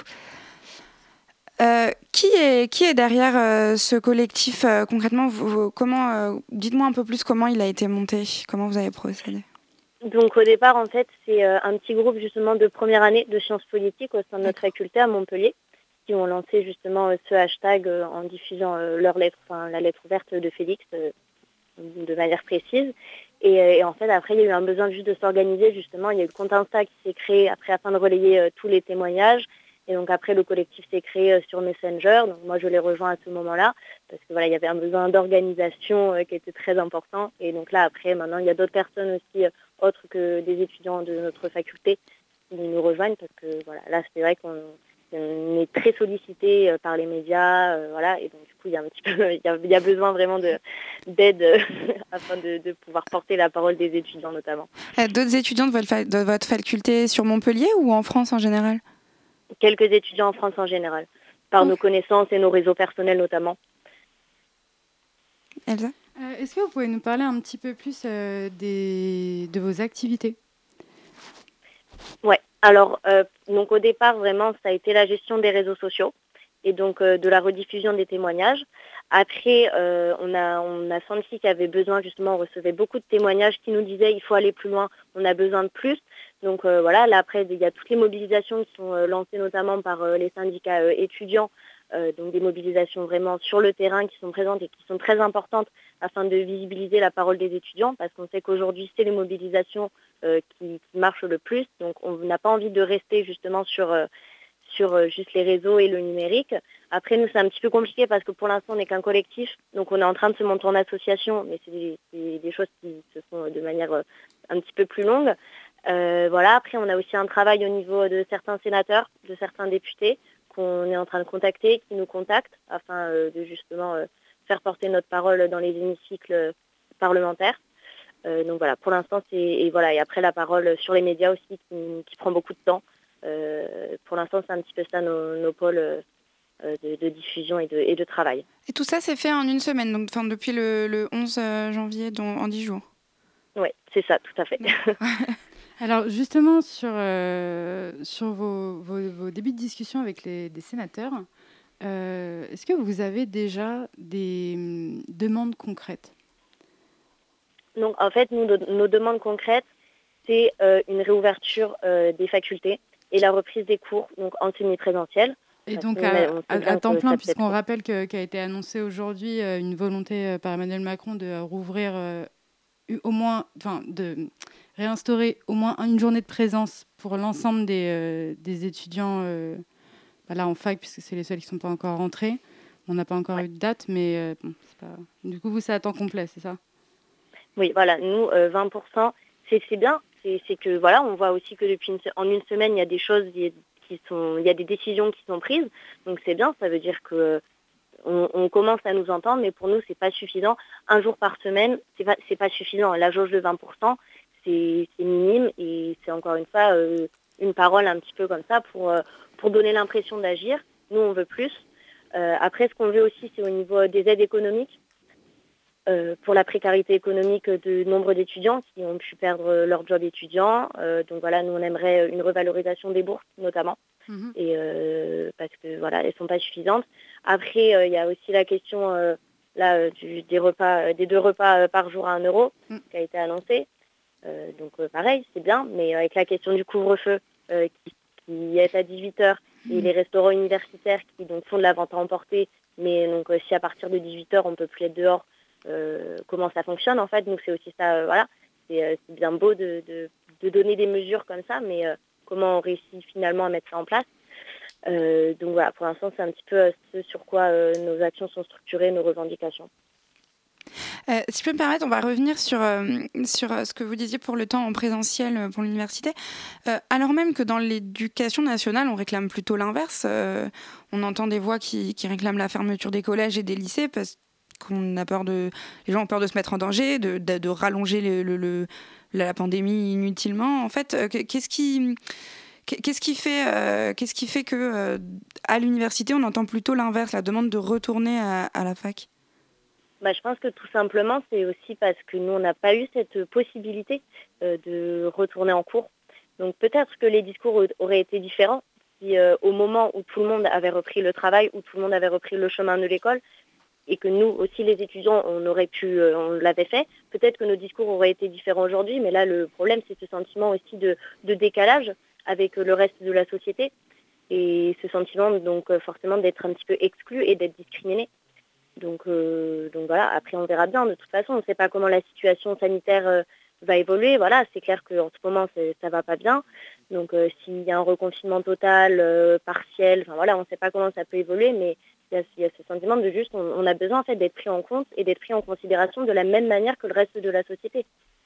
Euh, qui est qui est derrière euh, ce collectif euh, concrètement vous, vous, comment euh, dites-moi un peu plus comment il a été monté, comment vous avez procédé. Donc au départ en fait c'est euh, un petit groupe justement de première année de sciences politiques au sein de notre faculté à Montpellier qui ont lancé justement euh, ce hashtag euh, en diffusant euh, leur lettre, enfin la lettre ouverte de Félix euh, de manière précise. Et, et en fait, après, il y a eu un besoin juste de s'organiser, justement. Il y a eu le compte Insta qui s'est créé après afin de relayer euh, tous les témoignages. Et donc après, le collectif s'est créé euh, sur Messenger. Donc moi, je l'ai rejoint à ce moment-là parce que voilà, il y avait un besoin d'organisation euh, qui était très important. Et donc là, après, maintenant, il y a d'autres personnes aussi, euh, autres que des étudiants de notre faculté, qui nous rejoignent parce que voilà, là, c'est vrai qu'on on est très sollicité euh, par les médias, euh, voilà, et donc du coup il y a un petit peu, il y a, il y a besoin vraiment de d'aide euh, afin de, de pouvoir porter la parole des étudiants notamment. Euh, d'autres étudiants de votre, fa- de votre faculté sur Montpellier ou en France en général ? Quelques étudiants en France en général, par okay. nos connaissances et nos réseaux personnels notamment. Elsa ? euh, Est-ce que vous pouvez nous parler un petit peu plus euh, des, de vos activités ? Ouais. Alors, euh, donc au départ, vraiment, ça a été la gestion des réseaux sociaux et donc euh, de la rediffusion des témoignages. Après, euh, on a on a senti qu'il y avait besoin, justement, on recevait beaucoup de témoignages qui nous disaient il faut aller plus loin, on a besoin de plus. Donc euh, voilà, là après, il y a toutes les mobilisations qui sont euh, lancées notamment par euh, les syndicats euh, étudiants, euh, donc des mobilisations vraiment sur le terrain qui sont présentes et qui sont très importantes afin de visibiliser la parole des étudiants, parce qu'on sait qu'aujourd'hui, c'est les mobilisations euh, qui, qui marchent le plus. Donc, on n'a pas envie de rester justement sur, euh, sur euh, juste les réseaux et le numérique. Après, nous, c'est un petit peu compliqué parce que pour l'instant, on n'est qu'un collectif. Donc, on est en train de se monter en association, mais c'est des, c'est des choses qui se font de manière euh, un petit peu plus longue. Euh, voilà. Après, on a aussi un travail au niveau de certains sénateurs, de certains députés qu'on est en train de contacter, qui nous contactent afin euh, de justement... Euh, faire porter notre parole dans les hémicycles parlementaires. Euh, donc voilà, pour l'instant, c'est et voilà et après la parole sur les médias aussi qui, qui prend beaucoup de temps. Euh, pour l'instant, c'est un petit peu ça nos, nos pôles euh, de, de diffusion et de, et de travail. Et tout ça s'est fait en une semaine, donc enfin, depuis le, le onze janvier, donc en dix jours. Oui, c'est ça, tout à fait. Alors justement sur euh, sur vos, vos, vos débuts de discussion avec les des sénateurs. Euh, est-ce que vous avez déjà des hum, demandes concrètes ? Donc, en fait, nous, nos, nos demandes concrètes, c'est euh, une réouverture euh, des facultés et la reprise des cours, donc en semi-présentiel. Et donc, à, à, à temps plein, puisqu'on rappelle que, qu'a été annoncé aujourd'hui euh, une volonté euh, par Emmanuel Macron de euh, rouvrir euh, au moins, enfin, de réinstaurer au moins une journée de présence pour l'ensemble des, euh, des étudiants euh, là en fac, puisque c'est les seuls qui ne sont pas encore rentrés. On n'a pas encore ouais. eu de date, mais euh, bon, c'est pas... du coup, vous, c'est à temps complet, c'est ça ? Oui, voilà, nous, euh, vingt pour cent, c'est, c'est bien. C'est, c'est que, voilà, on voit aussi que depuis une, en une semaine, il y a des choses, qui sont, il y a des décisions qui sont prises. Donc, c'est bien, ça veut dire que on, on commence à nous entendre, mais pour nous, c'est pas suffisant. Un jour par semaine, c'est pas, c'est pas suffisant. La jauge de vingt pour cent, c'est, c'est minime et c'est encore une fois euh, une parole un petit peu comme ça pour... Euh, pour donner l'impression d'agir. Nous, on veut plus. Euh, après, ce qu'on veut aussi, c'est au niveau des aides économiques. euh, pour la précarité économique de nombre d'étudiants qui ont pu perdre leur job étudiant. Euh, donc voilà, nous on aimerait une revalorisation des bourses notamment, mmh. et euh, parce que voilà, elles sont pas suffisantes. Après, il euh, y a aussi la question euh, là du, des repas, des deux repas par jour à un euro mmh. qui a été annoncé. Euh, donc euh, pareil, c'est bien, mais avec la question du couvre-feu euh, qui, qui est à dix-huit heures mmh. et les restaurants universitaires qui donc font de la vente à emporter, mais donc euh, si à partir de dix-huit heures on peut plus être dehors. Euh, comment ça fonctionne en fait, donc c'est aussi ça, euh, voilà, c'est, euh, c'est bien beau de, de, de donner des mesures comme ça, mais euh, comment on réussit finalement à mettre ça en place. Euh, donc voilà, pour l'instant c'est un petit peu euh, ce sur quoi euh, nos actions sont structurées, nos revendications. Euh, si je peux me permettre, on va revenir sur, euh, sur euh, ce que vous disiez pour le temps en présentiel pour l'université. Euh, alors même que dans l'éducation nationale, on réclame plutôt l'inverse. Euh, on entend des voix qui, qui réclament la fermeture des collèges et des lycées parce qu'on a peur de, les gens ont peur de se mettre en danger, de, de, de rallonger le, le, le, la pandémie inutilement. En fait, euh, qu'est-ce qui, qu'est-ce qui fait, euh, qu'est-ce qui fait que euh, à l'université, on entend plutôt l'inverse, la demande de retourner à, à la fac? Bah, je pense que tout simplement, c'est aussi parce que nous, on n'a pas eu cette possibilité euh, de retourner en cours. Donc peut-être que les discours auraient été différents si euh, au moment où tout le monde avait repris le travail, où tout le monde avait repris le chemin de l'école, et que nous aussi les étudiants on aurait pu euh, on l'avait fait, peut-être que nos discours auraient été différents aujourd'hui, mais là le problème c'est ce sentiment aussi de, de décalage avec le reste de la société et ce sentiment donc forcément d'être un petit peu exclu et d'être discriminé. Donc, euh, donc voilà, après on verra bien, de toute façon on ne sait pas comment la situation sanitaire euh, va évoluer, voilà, c'est clair qu'en ce moment c'est, ça va pas bien, donc euh, s'il y a un reconfinement total, euh, partiel, enfin voilà, on ne sait pas comment ça peut évoluer, mais il y a, il y a ce sentiment de juste, on, on a besoin en fait d'être pris en compte et d'être pris en considération de la même manière que le reste de la société.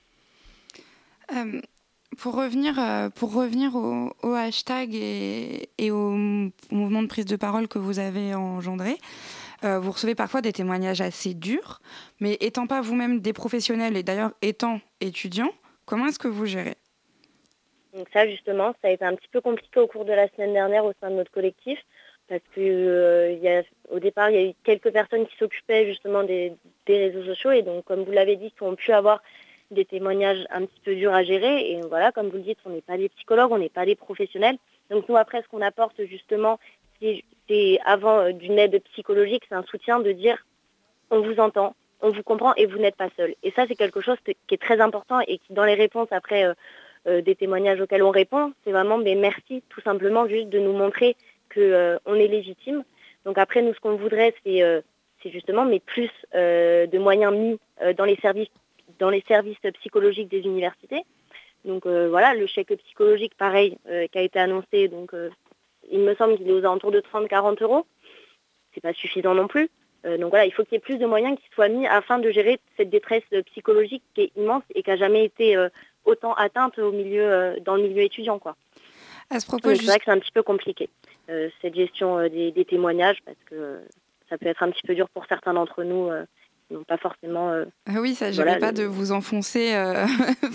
Euh, pour revenir, euh, pour revenir au, au hashtag et, et au, au mouvement de prise de parole que vous avez engendré, euh, vous recevez parfois des témoignages assez durs, mais étant pas vous-même des professionnels et d'ailleurs étant étudiant, comment est-ce que vous gérez ? Donc ça justement, ça a été un petit peu compliqué au cours de la semaine dernière au sein de notre collectif. Parce que euh, y a, au départ, il y a eu quelques personnes qui s'occupaient justement des, des réseaux sociaux et donc, comme vous l'avez dit, qui ont pu avoir des témoignages un petit peu durs à gérer. Et voilà, comme vous le dites, on n'est pas des psychologues, on n'est pas des professionnels. Donc nous, après, ce qu'on apporte justement, c'est, c'est avant euh, d'une aide psychologique, c'est un soutien de dire on vous entend, on vous comprend et vous n'êtes pas seul. Et ça, c'est quelque chose qui est très important et qui, dans les réponses après euh, euh, des témoignages auxquels on répond, c'est vraiment mais merci tout simplement juste de nous montrer qu'on euh, est légitime. Donc après, nous, ce qu'on voudrait, c'est, euh, c'est justement mais plus euh, de moyens mis euh, dans les services dans les services psychologiques des universités. Donc euh, voilà, le chèque psychologique, pareil, euh, qui a été annoncé, donc euh, il me semble qu'il est aux alentours de trente à quarante euros. C'est pas suffisant non plus. Euh, donc voilà, il faut qu'il y ait plus de moyens qui soient mis afin de gérer cette détresse psychologique qui est immense et qui n'a jamais été euh, autant atteinte au milieu, euh, dans le milieu étudiant, quoi. À ce propos, donc, juste... c'est vrai que c'est un petit peu compliqué. Euh, cette gestion euh, des, des témoignages parce que euh, ça peut être un petit peu dur pour certains d'entre nous euh, qui n'ont pas forcément... Euh, ah oui, ça, je voilà, n'avais pas le... de vous enfoncer. Euh...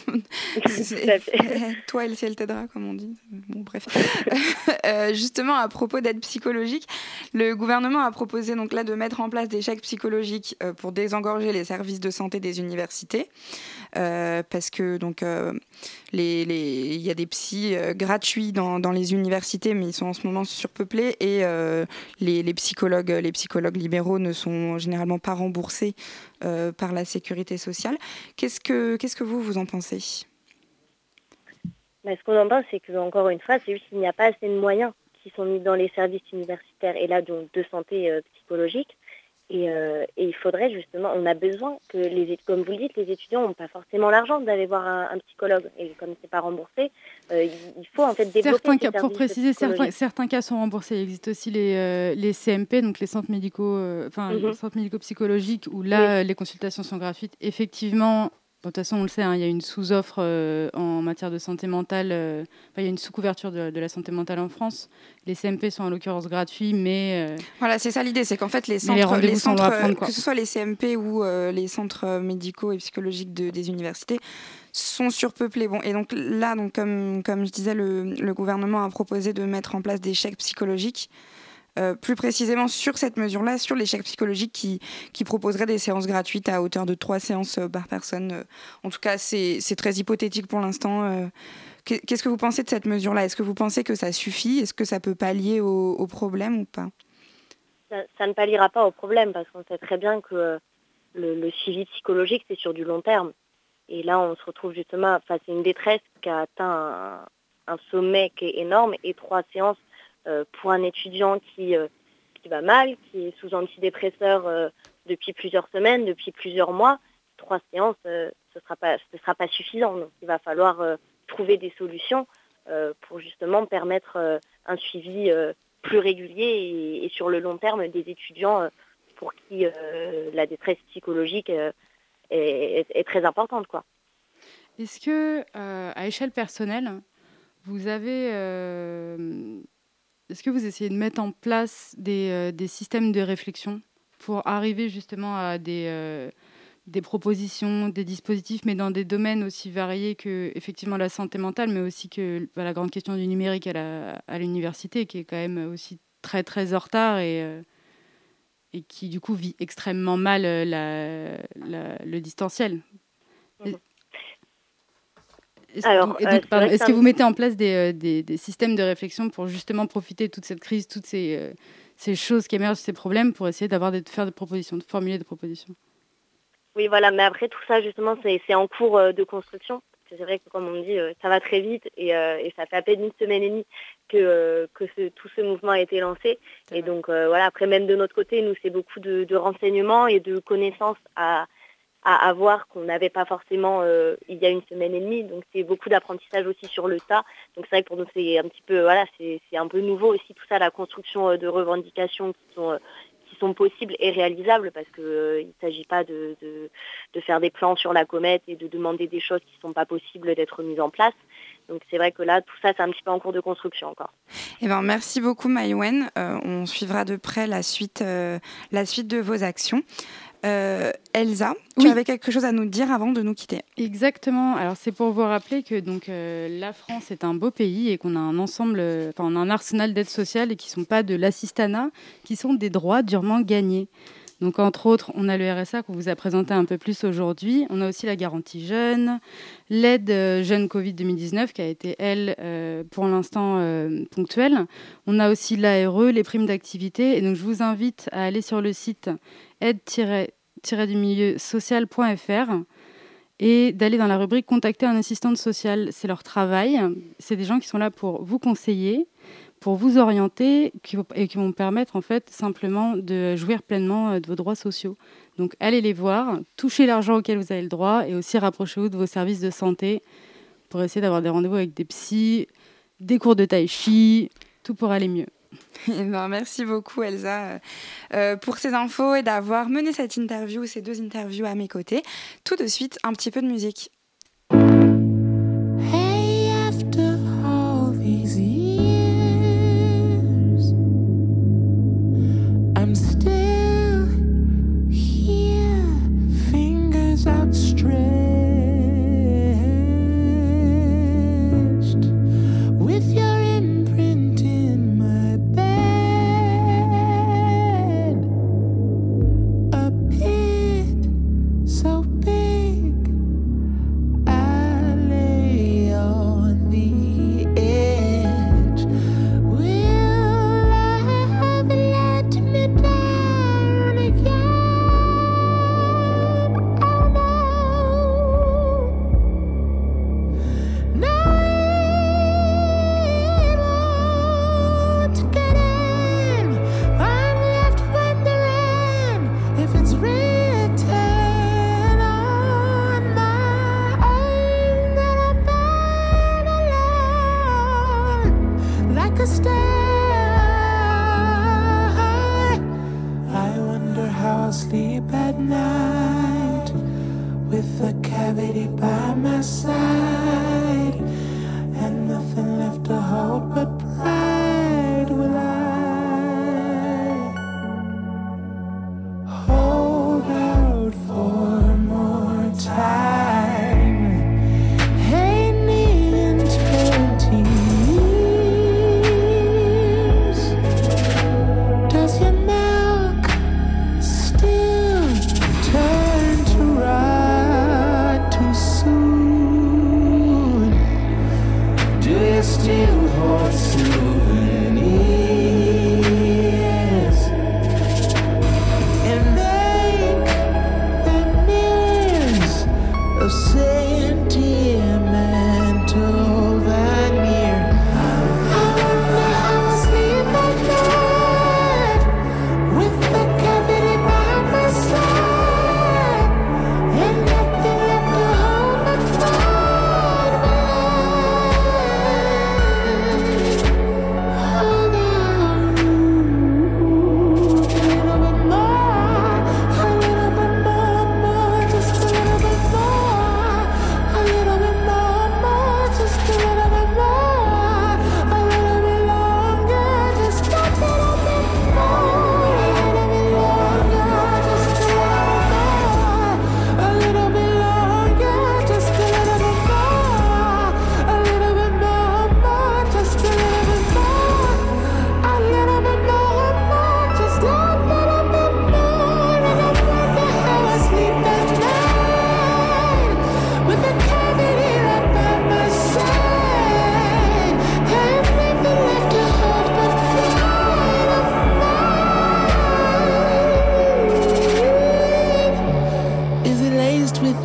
Toi et le ciel t'aidera, comme on dit. Bon, bref. euh, justement, à propos d'aide psychologique, le gouvernement a proposé donc là de mettre en place des chèques psychologiques euh, pour désengorger les services de santé des universités. Euh, parce que donc euh, les, les, il y a des psys euh, gratuits dans, dans les universités, mais ils sont en ce moment surpeuplés et euh, les, les psychologues, les psychologues libéraux ne sont généralement pas remboursés euh, par la sécurité sociale. Qu'est-ce que, qu'est-ce que vous vous en pensez ? Mais ce qu'on en pense, c'est que encore une fois, c'est juste qu'il n'y a pas assez de moyens qui sont mis dans les services universitaires et là donc de santé euh, psychologique. Et, euh, et il faudrait justement, on a besoin que, les, comme vous le dites, les étudiants n'ont pas forcément l'argent d'aller voir un, un psychologue. Et comme c'est pas remboursé, euh, il, il faut en fait développer certains ces cas, services pour préciser, certains, certains cas sont remboursés. Il existe aussi les, euh, les C M P, donc les centres médicaux, euh, enfin mm-hmm. les centres médico-psychologiques, où là, oui. les consultations sont gratuites. Effectivement. Bon, de toute façon, on le sait, hein, il y a une sous-offre euh, en matière de santé mentale. Euh, il y a une sous-couverture de, de la santé mentale en France. Les C M P sont en l'occurrence gratuits, mais... Euh, voilà, c'est ça l'idée, c'est qu'en fait, les centres, les les centres prendre, que ce soit les C M P ou euh, les centres médicaux et psychologiques de, des universités, sont surpeuplés. Bon, et donc là, donc, comme, comme je disais, le, le gouvernement a proposé de mettre en place des chèques psychologiques. euh, plus précisément sur cette mesure-là, sur l'échec psychologique qui, qui proposerait des séances gratuites à hauteur de trois séances euh, par personne. Euh, en tout cas, c'est, c'est très hypothétique pour l'instant. Euh, qu'est-ce que vous pensez de cette mesure-là ? Est-ce que vous pensez que ça suffit ? Est-ce que ça peut pallier au, au problème ou pas ? ça, ça ne palliera pas au problème parce qu'on sait très bien que euh, le, le suivi psychologique, c'est sur du long terme. Et là, on se retrouve justement face à une détresse qui a atteint un, un sommet qui est énorme et trois séances euh, pour un étudiant qui, euh, qui va mal, qui est sous antidépresseur euh, depuis plusieurs semaines, depuis plusieurs mois. Trois séances, euh, ce sera pas, ce sera pas suffisant. Donc, il va falloir euh, trouver des solutions euh, pour justement permettre euh, un suivi euh, plus régulier et, et sur le long terme des étudiants euh, pour qui euh, la détresse psychologique euh, est, est, est très importante, quoi. Est-ce que, euh, à échelle personnelle, vous avez, euh, est-ce que vous essayez de mettre en place des, euh, des systèmes de réflexion pour arriver justement à des, euh, des propositions, des dispositifs, mais dans des domaines aussi variés que effectivement la santé mentale, mais aussi que bah, la grande question du numérique à, la, à l'université, qui est quand même aussi très très en retard et euh, et qui du coup vit extrêmement mal la, la, le distanciel. Mmh. Est-ce, Alors, donc, et euh, donc, c'est pardon, vrai que est-ce ça que me- vous mettez en place des, des, des systèmes de réflexion pour justement profiter de toute cette crise, toutes ces, euh, ces choses qui émergent, ces problèmes, pour essayer d'avoir des, de faire des propositions, de formuler des propositions? Oui, voilà, mais après tout ça, justement, c'est, c'est en cours euh, de construction. C'est vrai que, comme on dit, euh, ça va très vite et, euh, et ça fait à peine une semaine et demie que, euh, que ce, tout ce mouvement a été lancé. C'est Et vrai. donc, euh, voilà, après, même de notre côté, nous, c'est beaucoup de, de renseignements et de connaissances à, à avoir qu'on n'avait pas forcément euh, il y a une semaine et demie. Donc, c'est beaucoup d'apprentissage aussi sur le tas. Donc, c'est vrai que pour nous, c'est un petit peu, voilà, c'est, c'est un peu nouveau aussi tout ça, la construction euh, de revendications qui sont... Euh, qui sont possibles et réalisables parce qu'il euh, ne s'agit pas de, de, de faire des plans sur la comète et de demander des choses qui ne sont pas possibles d'être mises en place. Donc c'est vrai que là, tout ça, c'est un petit peu en cours de construction encore. Eh ben, merci beaucoup Maïwenn. Euh, on suivra de près la suite, euh, la suite de vos actions. Euh, Elsa, tu Oui. avais quelque chose à nous dire avant de nous quitter. Exactement. Alors c'est pour vous rappeler que donc euh, la France est un beau pays et qu'on a un ensemble, euh, enfin on a un arsenal d'aides sociales et qui sont pas de l'assistanat, qui sont des droits durement gagnés. Donc entre autres, on a le R S A qu'on vous a présenté un peu plus aujourd'hui. On a aussi la garantie jeune, l'aide euh, jeune Covid deux mille dix-neuf qui a été elle euh, pour l'instant euh, ponctuelle. On a aussi l'A R E, les primes d'activité. Et donc je vous invite à aller sur le site aide-du-milieu social point f r et d'aller dans la rubrique « Contacter un assistant social ». C'est leur travail. C'est des gens qui sont là pour vous conseiller, pour vous orienter qui vont- et qui vont permettre en fait simplement de jouir pleinement euh, de vos droits sociaux. Donc allez les voir, touchez l'argent auquel vous avez le droit et aussi rapprochez-vous de vos services de santé pour essayer d'avoir des rendez-vous avec des psys, des cours de tai chi, tout pour aller mieux. Eh ben, merci beaucoup Elsa euh, pour ces infos et d'avoir mené cette interview, ces deux interviews à mes côtés. Tout de suite, un petit peu de musique. Hey, after all these years, I'm still here, fingers outstretched, with your imprint in my bed, a pit so big I lay on the edge. Will love let me down again? Oh no, no, it won't get in. I'm left wondering if it's written on my own that I'm born alone, like a star. I wonder how I'll sleep at night with a cavity by my side and nothing left to hold but pride. Will I hold out for more time? Hey, me in twenty years.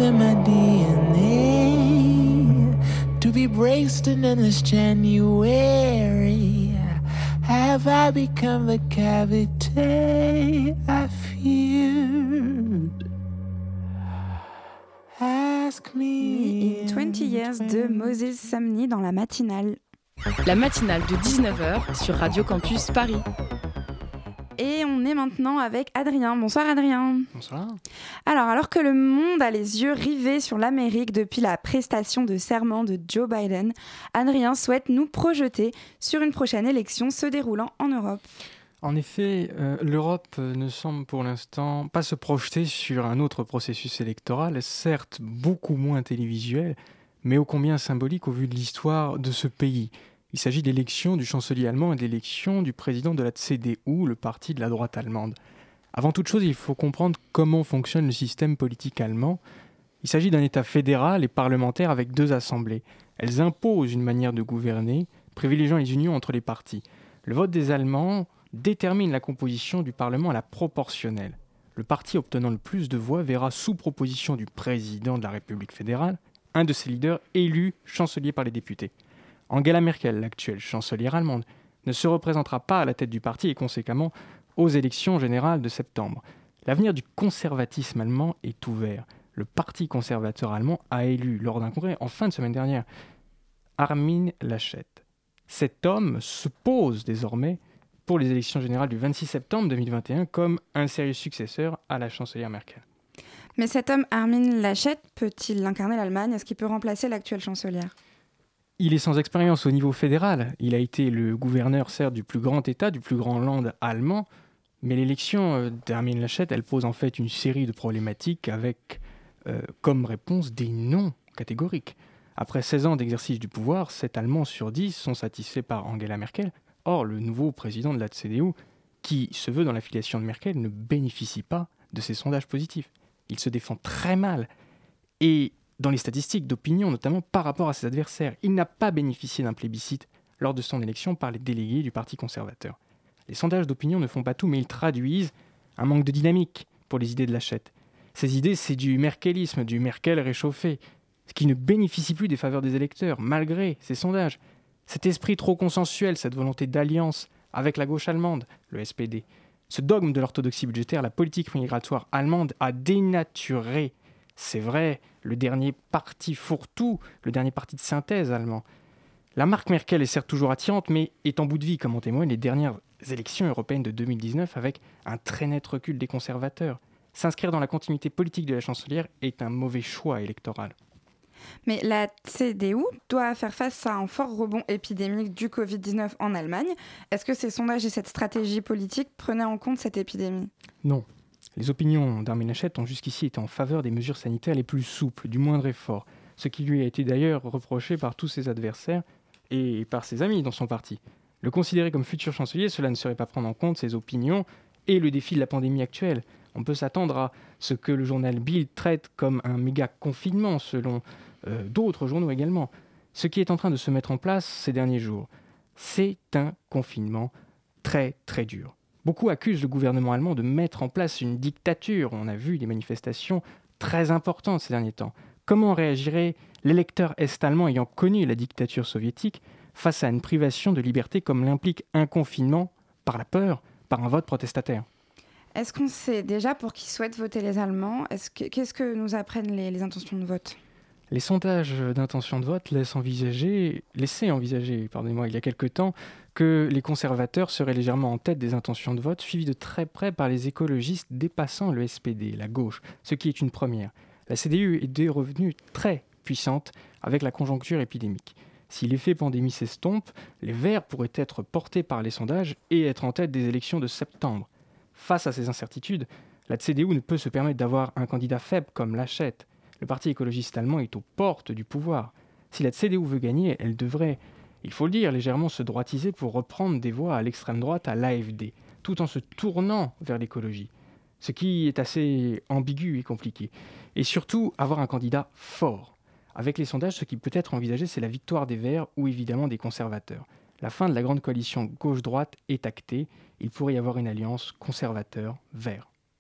in my D N A to be braced in endless January. Have I become the cavity I feared? Ask me in twenty years de Moses Sumney dans la matinale. La matinale de dix-neuf heures sur Radio Campus Paris. Et on est maintenant avec Adrien. Bonsoir Adrien. Bonsoir. Alors, alors que le monde a les yeux rivés sur l'Amérique depuis la prestation de serment de Joe Biden, Adrien souhaite nous projeter sur une prochaine élection se déroulant en Europe. En effet, euh, l'Europe ne semble pour l'instant pas se projeter sur un autre processus électoral, certes beaucoup moins télévisuel, mais ô combien symbolique au vu de l'histoire de ce pays. Il s'agit de l'élection du chancelier allemand et de l'élection du président de la C D U, le parti de la droite allemande. Avant toute chose, il faut comprendre comment fonctionne le système politique allemand. Il s'agit d'un État fédéral et parlementaire avec deux assemblées. Elles imposent une manière de gouverner, privilégiant les unions entre les partis. Le vote des Allemands détermine la composition du Parlement à la proportionnelle. Le parti obtenant le plus de voix verra sous proposition du président de la République fédérale un de ses leaders élu chancelier par les députés. Angela Merkel, l'actuelle chancelière allemande, ne se représentera pas à la tête du parti et conséquemment aux élections générales de septembre. L'avenir du conservatisme allemand est ouvert. Le parti conservateur allemand a élu lors d'un congrès en fin de semaine dernière Armin Laschet. Cet homme se pose désormais pour les élections générales du vingt-six septembre deux mille vingt et un comme un sérieux successeur à la chancelière Merkel. Mais cet homme, Armin Laschet, peut-il incarner l'Allemagne ? Est-ce qu'il peut remplacer l'actuelle chancelière ? Il est sans expérience au niveau fédéral. Il a été le gouverneur, certes, du plus grand État, du plus grand land allemand, mais l'élection d'Armin Laschet, elle pose en fait une série de problématiques avec euh, comme réponse des non catégoriques. Après seize ans d'exercice du pouvoir, sept Allemands sur dix sont satisfaits par Angela Merkel. Or, le nouveau président de la C D U, qui se veut dans l'affiliation de Merkel, ne bénéficie pas de ces sondages positifs. Il se défend très mal. Et dans les statistiques d'opinion, notamment par rapport à ses adversaires, il n'a pas bénéficié d'un plébiscite lors de son élection par les délégués du Parti conservateur. Les sondages d'opinion ne font pas tout, mais ils traduisent un manque de dynamique pour les idées de Laschet. Ces idées, c'est du merkelisme, du Merkel réchauffé, ce qui ne bénéficie plus des faveurs des électeurs, malgré ces sondages. Cet esprit trop consensuel, cette volonté d'alliance avec la gauche allemande, le S P D, ce dogme de l'orthodoxie budgétaire, la politique migratoire allemande a dénaturé, c'est vrai, le dernier parti fourre-tout, le dernier parti de synthèse allemand. La marque Merkel est certes toujours attirante, mais est en bout de vie, comme en témoignent les dernières élections européennes de deux mille dix-neuf, avec un très net recul des conservateurs. S'inscrire dans la continuité politique de la chancelière est un mauvais choix électoral. Mais la C D U doit faire face à un fort rebond épidémique du covid dix-neuf en Allemagne. Est-ce que ces sondages et cette stratégie politique prenaient en compte cette épidémie ? Non. Les opinions d'Armin Laschet ont jusqu'ici été en faveur des mesures sanitaires les plus souples, du moindre effort, ce qui lui a été d'ailleurs reproché par tous ses adversaires et par ses amis dans son parti. Le considérer comme futur chancelier, cela ne serait pas prendre en compte ses opinions et le défi de la pandémie actuelle. On peut s'attendre à ce que le journal Bild traite comme un méga confinement, selon euh, d'autres journaux également. Ce qui est en train de se mettre en place ces derniers jours, c'est un confinement très très dur. Beaucoup accusent le gouvernement allemand de mettre en place une dictature. On a vu des manifestations très importantes ces derniers temps. Comment réagirait l'électeur est-allemand ayant connu la dictature soviétique face à une privation de liberté comme l'implique un confinement par la peur, par un vote protestataire ? Est-ce qu'on sait déjà pour qui souhaitent voter les Allemands ? Est-ce que, Qu'est-ce que nous apprennent les, les intentions de vote ? Les sondages d'intention de vote laissent envisager, laissaient envisager pardonnez-moi, il y a quelque temps que les conservateurs seraient légèrement en tête des intentions de vote, suivis de très près par les écologistes dépassant le S P D, la gauche, ce qui est une première. La C D U est revenue très puissante avec la conjoncture épidémique. Si l'effet pandémie s'estompe, les Verts pourraient être portés par les sondages et être en tête des élections de septembre. Face à ces incertitudes, la C D U ne peut se permettre d'avoir un candidat faible comme Laschet. Le parti écologiste allemand est aux portes du pouvoir. Si la C D U veut gagner, elle devrait, il faut le dire, légèrement se droitiser pour reprendre des voix à l'extrême droite, à l'A F D, tout en se tournant vers l'écologie. Ce qui est assez ambigu et compliqué. Et surtout, avoir un candidat fort. Avec les sondages, ce qui peut être envisagé, c'est la victoire des Verts ou évidemment des conservateurs. La fin de la grande coalition gauche-droite est actée. Il pourrait y avoir une alliance conservateur-vert.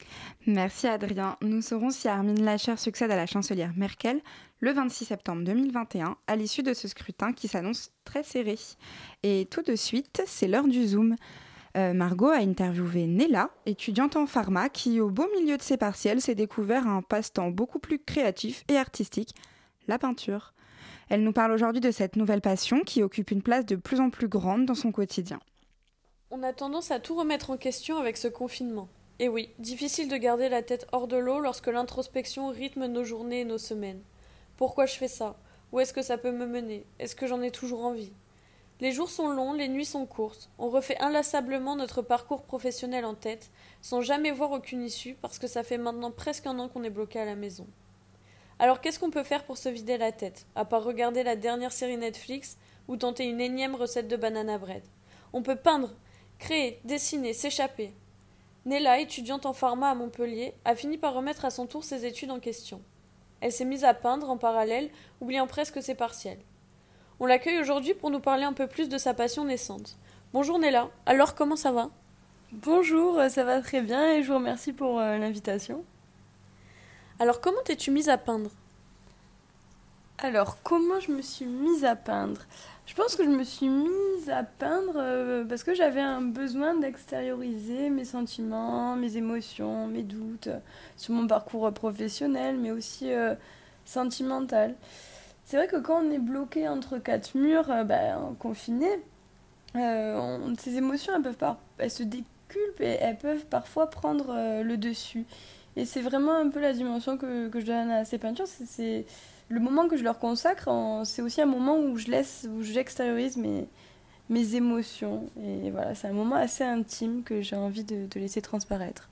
Merci Adrien. Nous saurons si Armin Laschet succède à la chancelière Merkel le vingt-six septembre deux mille vingt et un, à l'issue de ce scrutin qui s'annonce très serré. Et tout de suite, c'est l'heure du Zoom. Euh, Margot a interviewé Nella, étudiante en pharma, qui au beau milieu de ses partiels s'est découvert un passe-temps beaucoup plus créatif et artistique, la peinture. Elle nous parle aujourd'hui de cette nouvelle passion qui occupe une place de plus en plus grande dans son quotidien. On a tendance à tout remettre en question avec ce confinement. Et oui, difficile de garder la tête hors de l'eau lorsque l'introspection rythme nos journées et nos semaines. Pourquoi je fais ça ? Où est-ce que ça peut me mener ? Est-ce que j'en ai toujours envie ? Les jours sont longs, les nuits sont courtes. On refait inlassablement notre parcours professionnel en tête, sans jamais voir aucune issue, parce que ça fait maintenant presque un an qu'on est bloqué à la maison. Alors qu'est-ce qu'on peut faire pour se vider la tête, à part regarder la dernière série Netflix ou tenter une énième recette de banana bread ? On peut peindre, créer, dessiner, s'échapper. Nella, étudiante en pharma à Montpellier, a fini par remettre à son tour ses études en question. Elle s'est mise à peindre en parallèle, oubliant presque ses partiels. On l'accueille aujourd'hui pour nous parler un peu plus de sa passion naissante. Bonjour Nella, alors comment ça va ? Bonjour, ça va très bien et je vous remercie pour euh, l'invitation. Alors comment t'es-tu mise à peindre ? Alors comment je me suis mise à peindre ? Je pense que je me suis mise à peindre euh, parce que j'avais un besoin d'extérioriser mes sentiments, mes émotions, mes doutes euh, sur mon parcours professionnel, mais aussi euh, sentimental. C'est vrai que quand on est bloqué entre quatre murs, euh, bah, confiné, euh, on, ces émotions, elles, peuvent par, elles se déculpent et elles peuvent parfois prendre euh, le dessus. Et c'est vraiment un peu la dimension que, que je donne à ces peintures, c'est... c'est le moment que je leur consacre, c'est aussi un moment où je laisse, où j'extériorise mes, mes émotions. Et voilà, c'est un moment assez intime que j'ai envie de, de laisser transparaître.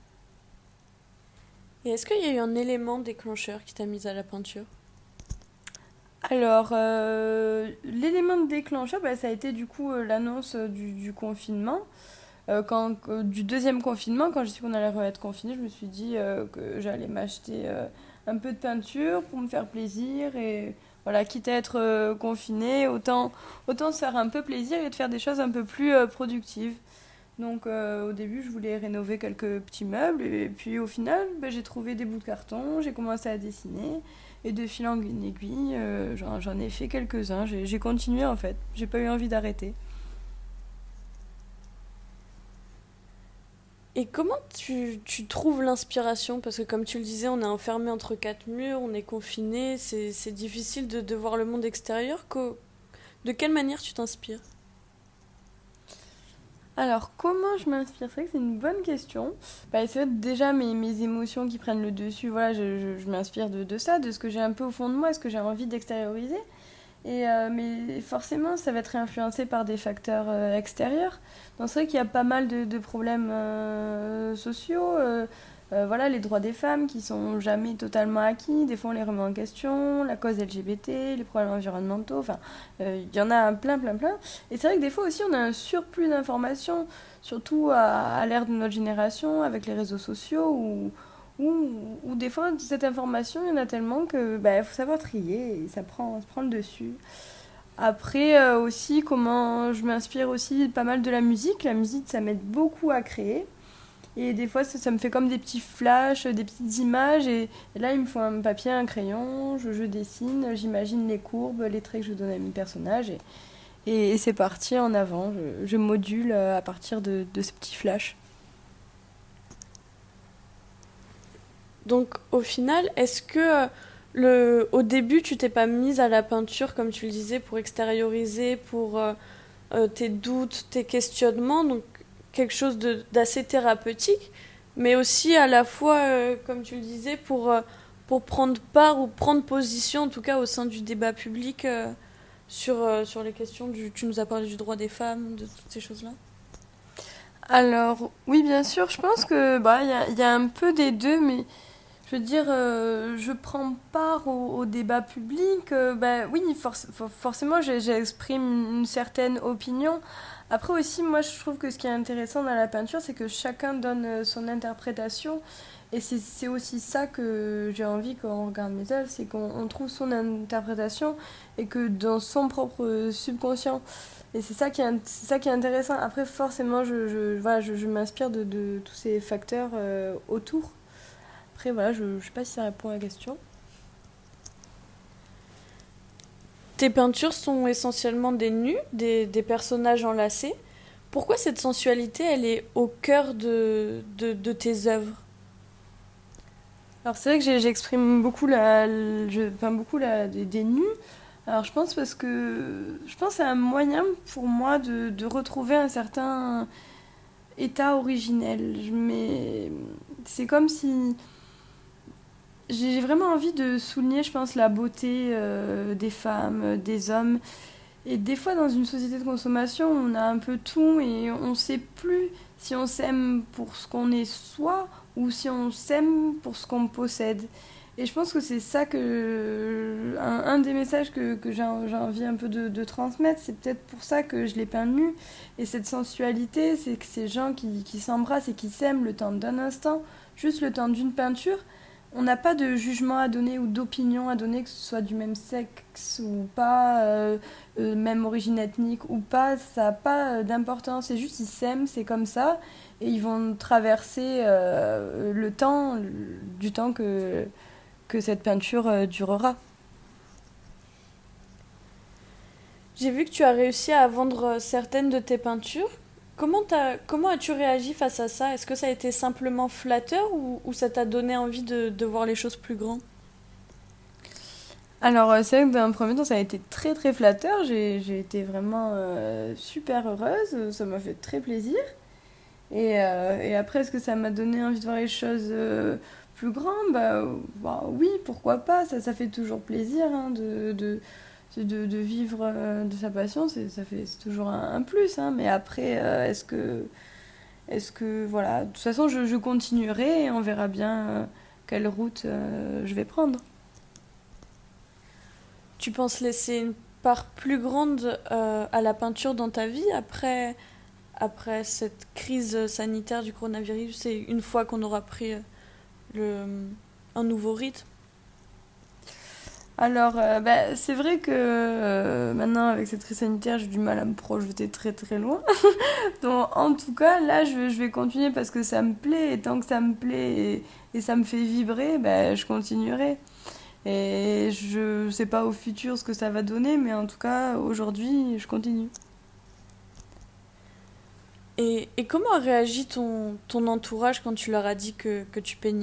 Et est-ce qu'il y a eu un élément déclencheur qui t'a mise à la peinture ? Alors, euh, l'élément déclencheur, bah, ça a été du coup euh, l'annonce du, du confinement. Euh, quand, euh, du deuxième confinement, quand j'ai su qu'on allait être confiné, je me suis dit euh, que j'allais m'acheter... Euh, un peu de peinture pour me faire plaisir et voilà, quitte à être euh, confiné, autant, autant se faire un peu plaisir et de faire des choses un peu plus euh, productives. Donc euh, au début, je voulais rénover quelques petits meubles et puis au final, bah, j'ai trouvé des bouts de carton, j'ai commencé à dessiner et de fil en aiguille, euh, j'en, j'en ai fait quelques-uns, j'ai, j'ai continué en fait, j'ai pas eu envie d'arrêter. Et comment tu, tu trouves l'inspiration ? Parce que comme tu le disais, on est enfermé entre quatre murs, on est confiné, c'est, c'est difficile de, de voir le monde extérieur. Que, de quelle manière tu t'inspires ? Alors, comment je m'inspire ? C'est vrai que c'est une bonne question. Bah, c'est vrai que déjà mes, mes émotions qui prennent le dessus, voilà, je, je, je m'inspire de, de ça, de ce que j'ai un peu au fond de moi, ce que j'ai envie d'extérioriser. Et euh, mais forcément, ça va être influencé par des facteurs euh, extérieurs. Donc c'est vrai qu'il y a pas mal de, de problèmes euh, sociaux. Euh, euh, voilà, les droits des femmes qui sont jamais totalement acquis. Des fois, on les remet en question. La cause L G B T, les problèmes environnementaux. Enfin, euh, il y en a plein, plein, plein. Et c'est vrai que des fois aussi, on a un surplus d'informations, surtout à, à l'ère de notre génération, avec les réseaux sociaux, où Ou, ou des fois, cette information, il y en a tellement que bah, faut savoir trier et ça prend, ça prend le dessus. Après, euh, aussi, comment je m'inspire aussi pas mal de la musique. La musique, ça m'aide beaucoup à créer. Et des fois, ça, ça me fait comme des petits flashs, des petites images. Et, et là, il me faut un papier, un crayon, je, je dessine, j'imagine les courbes, les traits que je donne à mes personnages. Et, et, et c'est parti en avant. Je, je module à partir de, de ces petits flashs. Donc au final, est-ce que le, au début tu t'es pas mise à la peinture comme tu le disais pour extérioriser, pour euh, euh, tes doutes, tes questionnements, donc quelque chose de, d'assez thérapeutique, mais aussi à la fois, euh, comme tu le disais, pour, euh, pour prendre part ou prendre position en tout cas au sein du débat public euh, sur, euh, sur les questions du... Tu nous as parlé du droit des femmes, de toutes ces choses-là ? Alors oui, bien sûr, je pense que bah, y a, y a un peu des deux, mais... Je veux dire, euh, je prends part au, au débat public. Euh, ben oui, for- for- forcément, j'ai, j'exprime une certaine opinion. Après aussi, moi, je trouve que ce qui est intéressant dans la peinture, c'est que chacun donne son interprétation. Et c'est, c'est aussi ça que j'ai envie quand on regarde mes œuvres, c'est qu'on on trouve son interprétation et que dans son propre subconscient. Et c'est ça qui est, c'est ça qui est intéressant. Après, forcément, je, je, voilà, je, je m'inspire de, de tous ces facteurs euh, autour. après, voilà, je ne sais pas si ça répond à la question. Tes peintures sont essentiellement des nus, des, des personnages enlacés. Pourquoi cette sensualité, elle est au cœur de, de, de tes œuvres ? Alors c'est vrai que j'exprime beaucoup, la, je peins beaucoup la, des, des nus. Alors je pense parce que je pense que c'est un moyen pour moi de, de retrouver un certain état originel. Mais c'est comme si j'ai vraiment envie de souligner, je pense, la beauté euh, des femmes, des hommes. Et des fois, dans une société de consommation, on a un peu tout et on ne sait plus si on s'aime pour ce qu'on est soi ou si on s'aime pour ce qu'on possède. Et je pense que c'est ça que... Un, un des messages que, que j'ai, j'ai envie un peu de, de transmettre, c'est peut-être pour ça que je les peins nus. Et cette sensualité, c'est que ces gens qui, qui s'embrassent et qui s'aiment le temps d'un instant, juste le temps d'une peinture, on n'a pas de jugement à donner ou d'opinion à donner, que ce soit du même sexe ou pas, euh, euh, même origine ethnique ou pas, ça n'a pas d'importance. C'est juste ils s'aiment, c'est comme ça, et ils vont traverser euh, le temps, le, du temps que, que cette peinture euh, durera. J'ai vu que tu as réussi à vendre certaines de tes peintures. Comment, t'as, comment as-tu réagi face à ça ? Est-ce que ça a été simplement flatteur ou, ou ça t'a donné envie de, de voir les choses plus grand ? Alors c'est vrai que dans un premier temps ça a été très très flatteur, j'ai, j'ai été vraiment euh, super heureuse, ça m'a fait très plaisir. Et, euh, et après est-ce que ça m'a donné envie de voir les choses euh, plus grandes ? Bah, bah oui, pourquoi pas, ça, ça fait toujours plaisir hein, de... de De, de vivre de sa passion, c'est, ça fait, c'est toujours un, un plus. Hein, mais après, euh, est-ce que... Est-ce que... Voilà. De toute façon, je, je continuerai et on verra bien euh, quelle route euh, je vais prendre. Tu penses laisser une part plus grande euh, à la peinture dans ta vie après, après cette crise sanitaire du coronavirus et une fois qu'on aura pris euh, le, un nouveau rythme ? Alors, euh, bah, c'est vrai que euh, maintenant, avec cette crise sanitaire, j'ai du mal à me projeter très très loin. Donc, en tout cas, là, je, je vais continuer parce que ça me plaît. Et tant que ça me plaît et, et ça me fait vibrer, bah, je continuerai. Et je ne sais pas au futur ce que ça va donner, mais en tout cas, aujourd'hui, je continue. Et, et comment a réagi ton, ton entourage quand tu leur as dit que, que tu peignais ?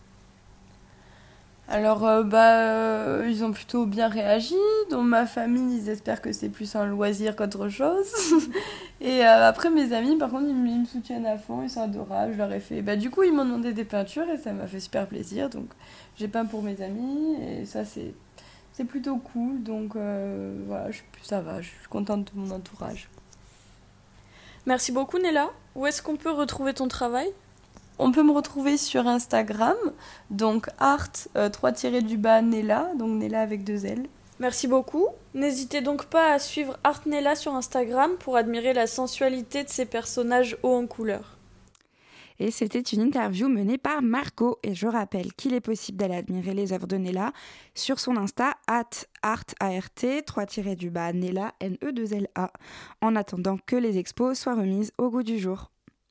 Alors, euh, bah, euh, ils ont plutôt bien réagi. Dans ma famille, ils espèrent que c'est plus un loisir qu'autre chose. Et euh, après, mes amis, par contre, ils, ils me soutiennent à fond, ils sont adorables. Je leur ai fait... Bah, du coup, ils m'ont demandé des peintures et ça m'a fait super plaisir. Donc, j'ai peint pour mes amis et ça, c'est, c'est plutôt cool. Donc, euh, voilà, je, ça va, je suis contente de mon entourage. Merci beaucoup, Nella. Où est-ce qu'on peut retrouver ton travail ? On peut me retrouver sur Instagram, donc art trois tirés du bas Nella, donc Nella avec deux L. Merci beaucoup. N'hésitez donc pas à suivre Art Nella sur Instagram pour admirer la sensualité de ses personnages hauts en couleur. Et c'était une interview menée par Marco. Et je rappelle qu'il est possible d'aller admirer les œuvres de Nella sur son Insta, at art, trois tirés du bas Nella, N E deux L A, en attendant que les expos soient remises au goût du jour.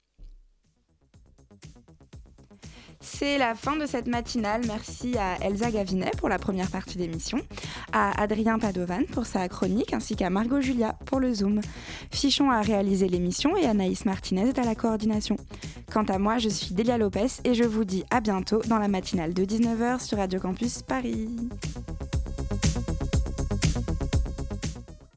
C'est la fin de cette matinale. Merci à Elsa Gavinet pour la première partie d'émission, à Adrien Padovan pour sa chronique, ainsi qu'à Margot Julia pour le Zoom. Fichon a réalisé l'émission et Anaïs Martinez est à la coordination. Quant à moi, je suis Delia Lopez et je vous dis à bientôt dans la matinale de dix-neuf heures sur Radio Campus Paris.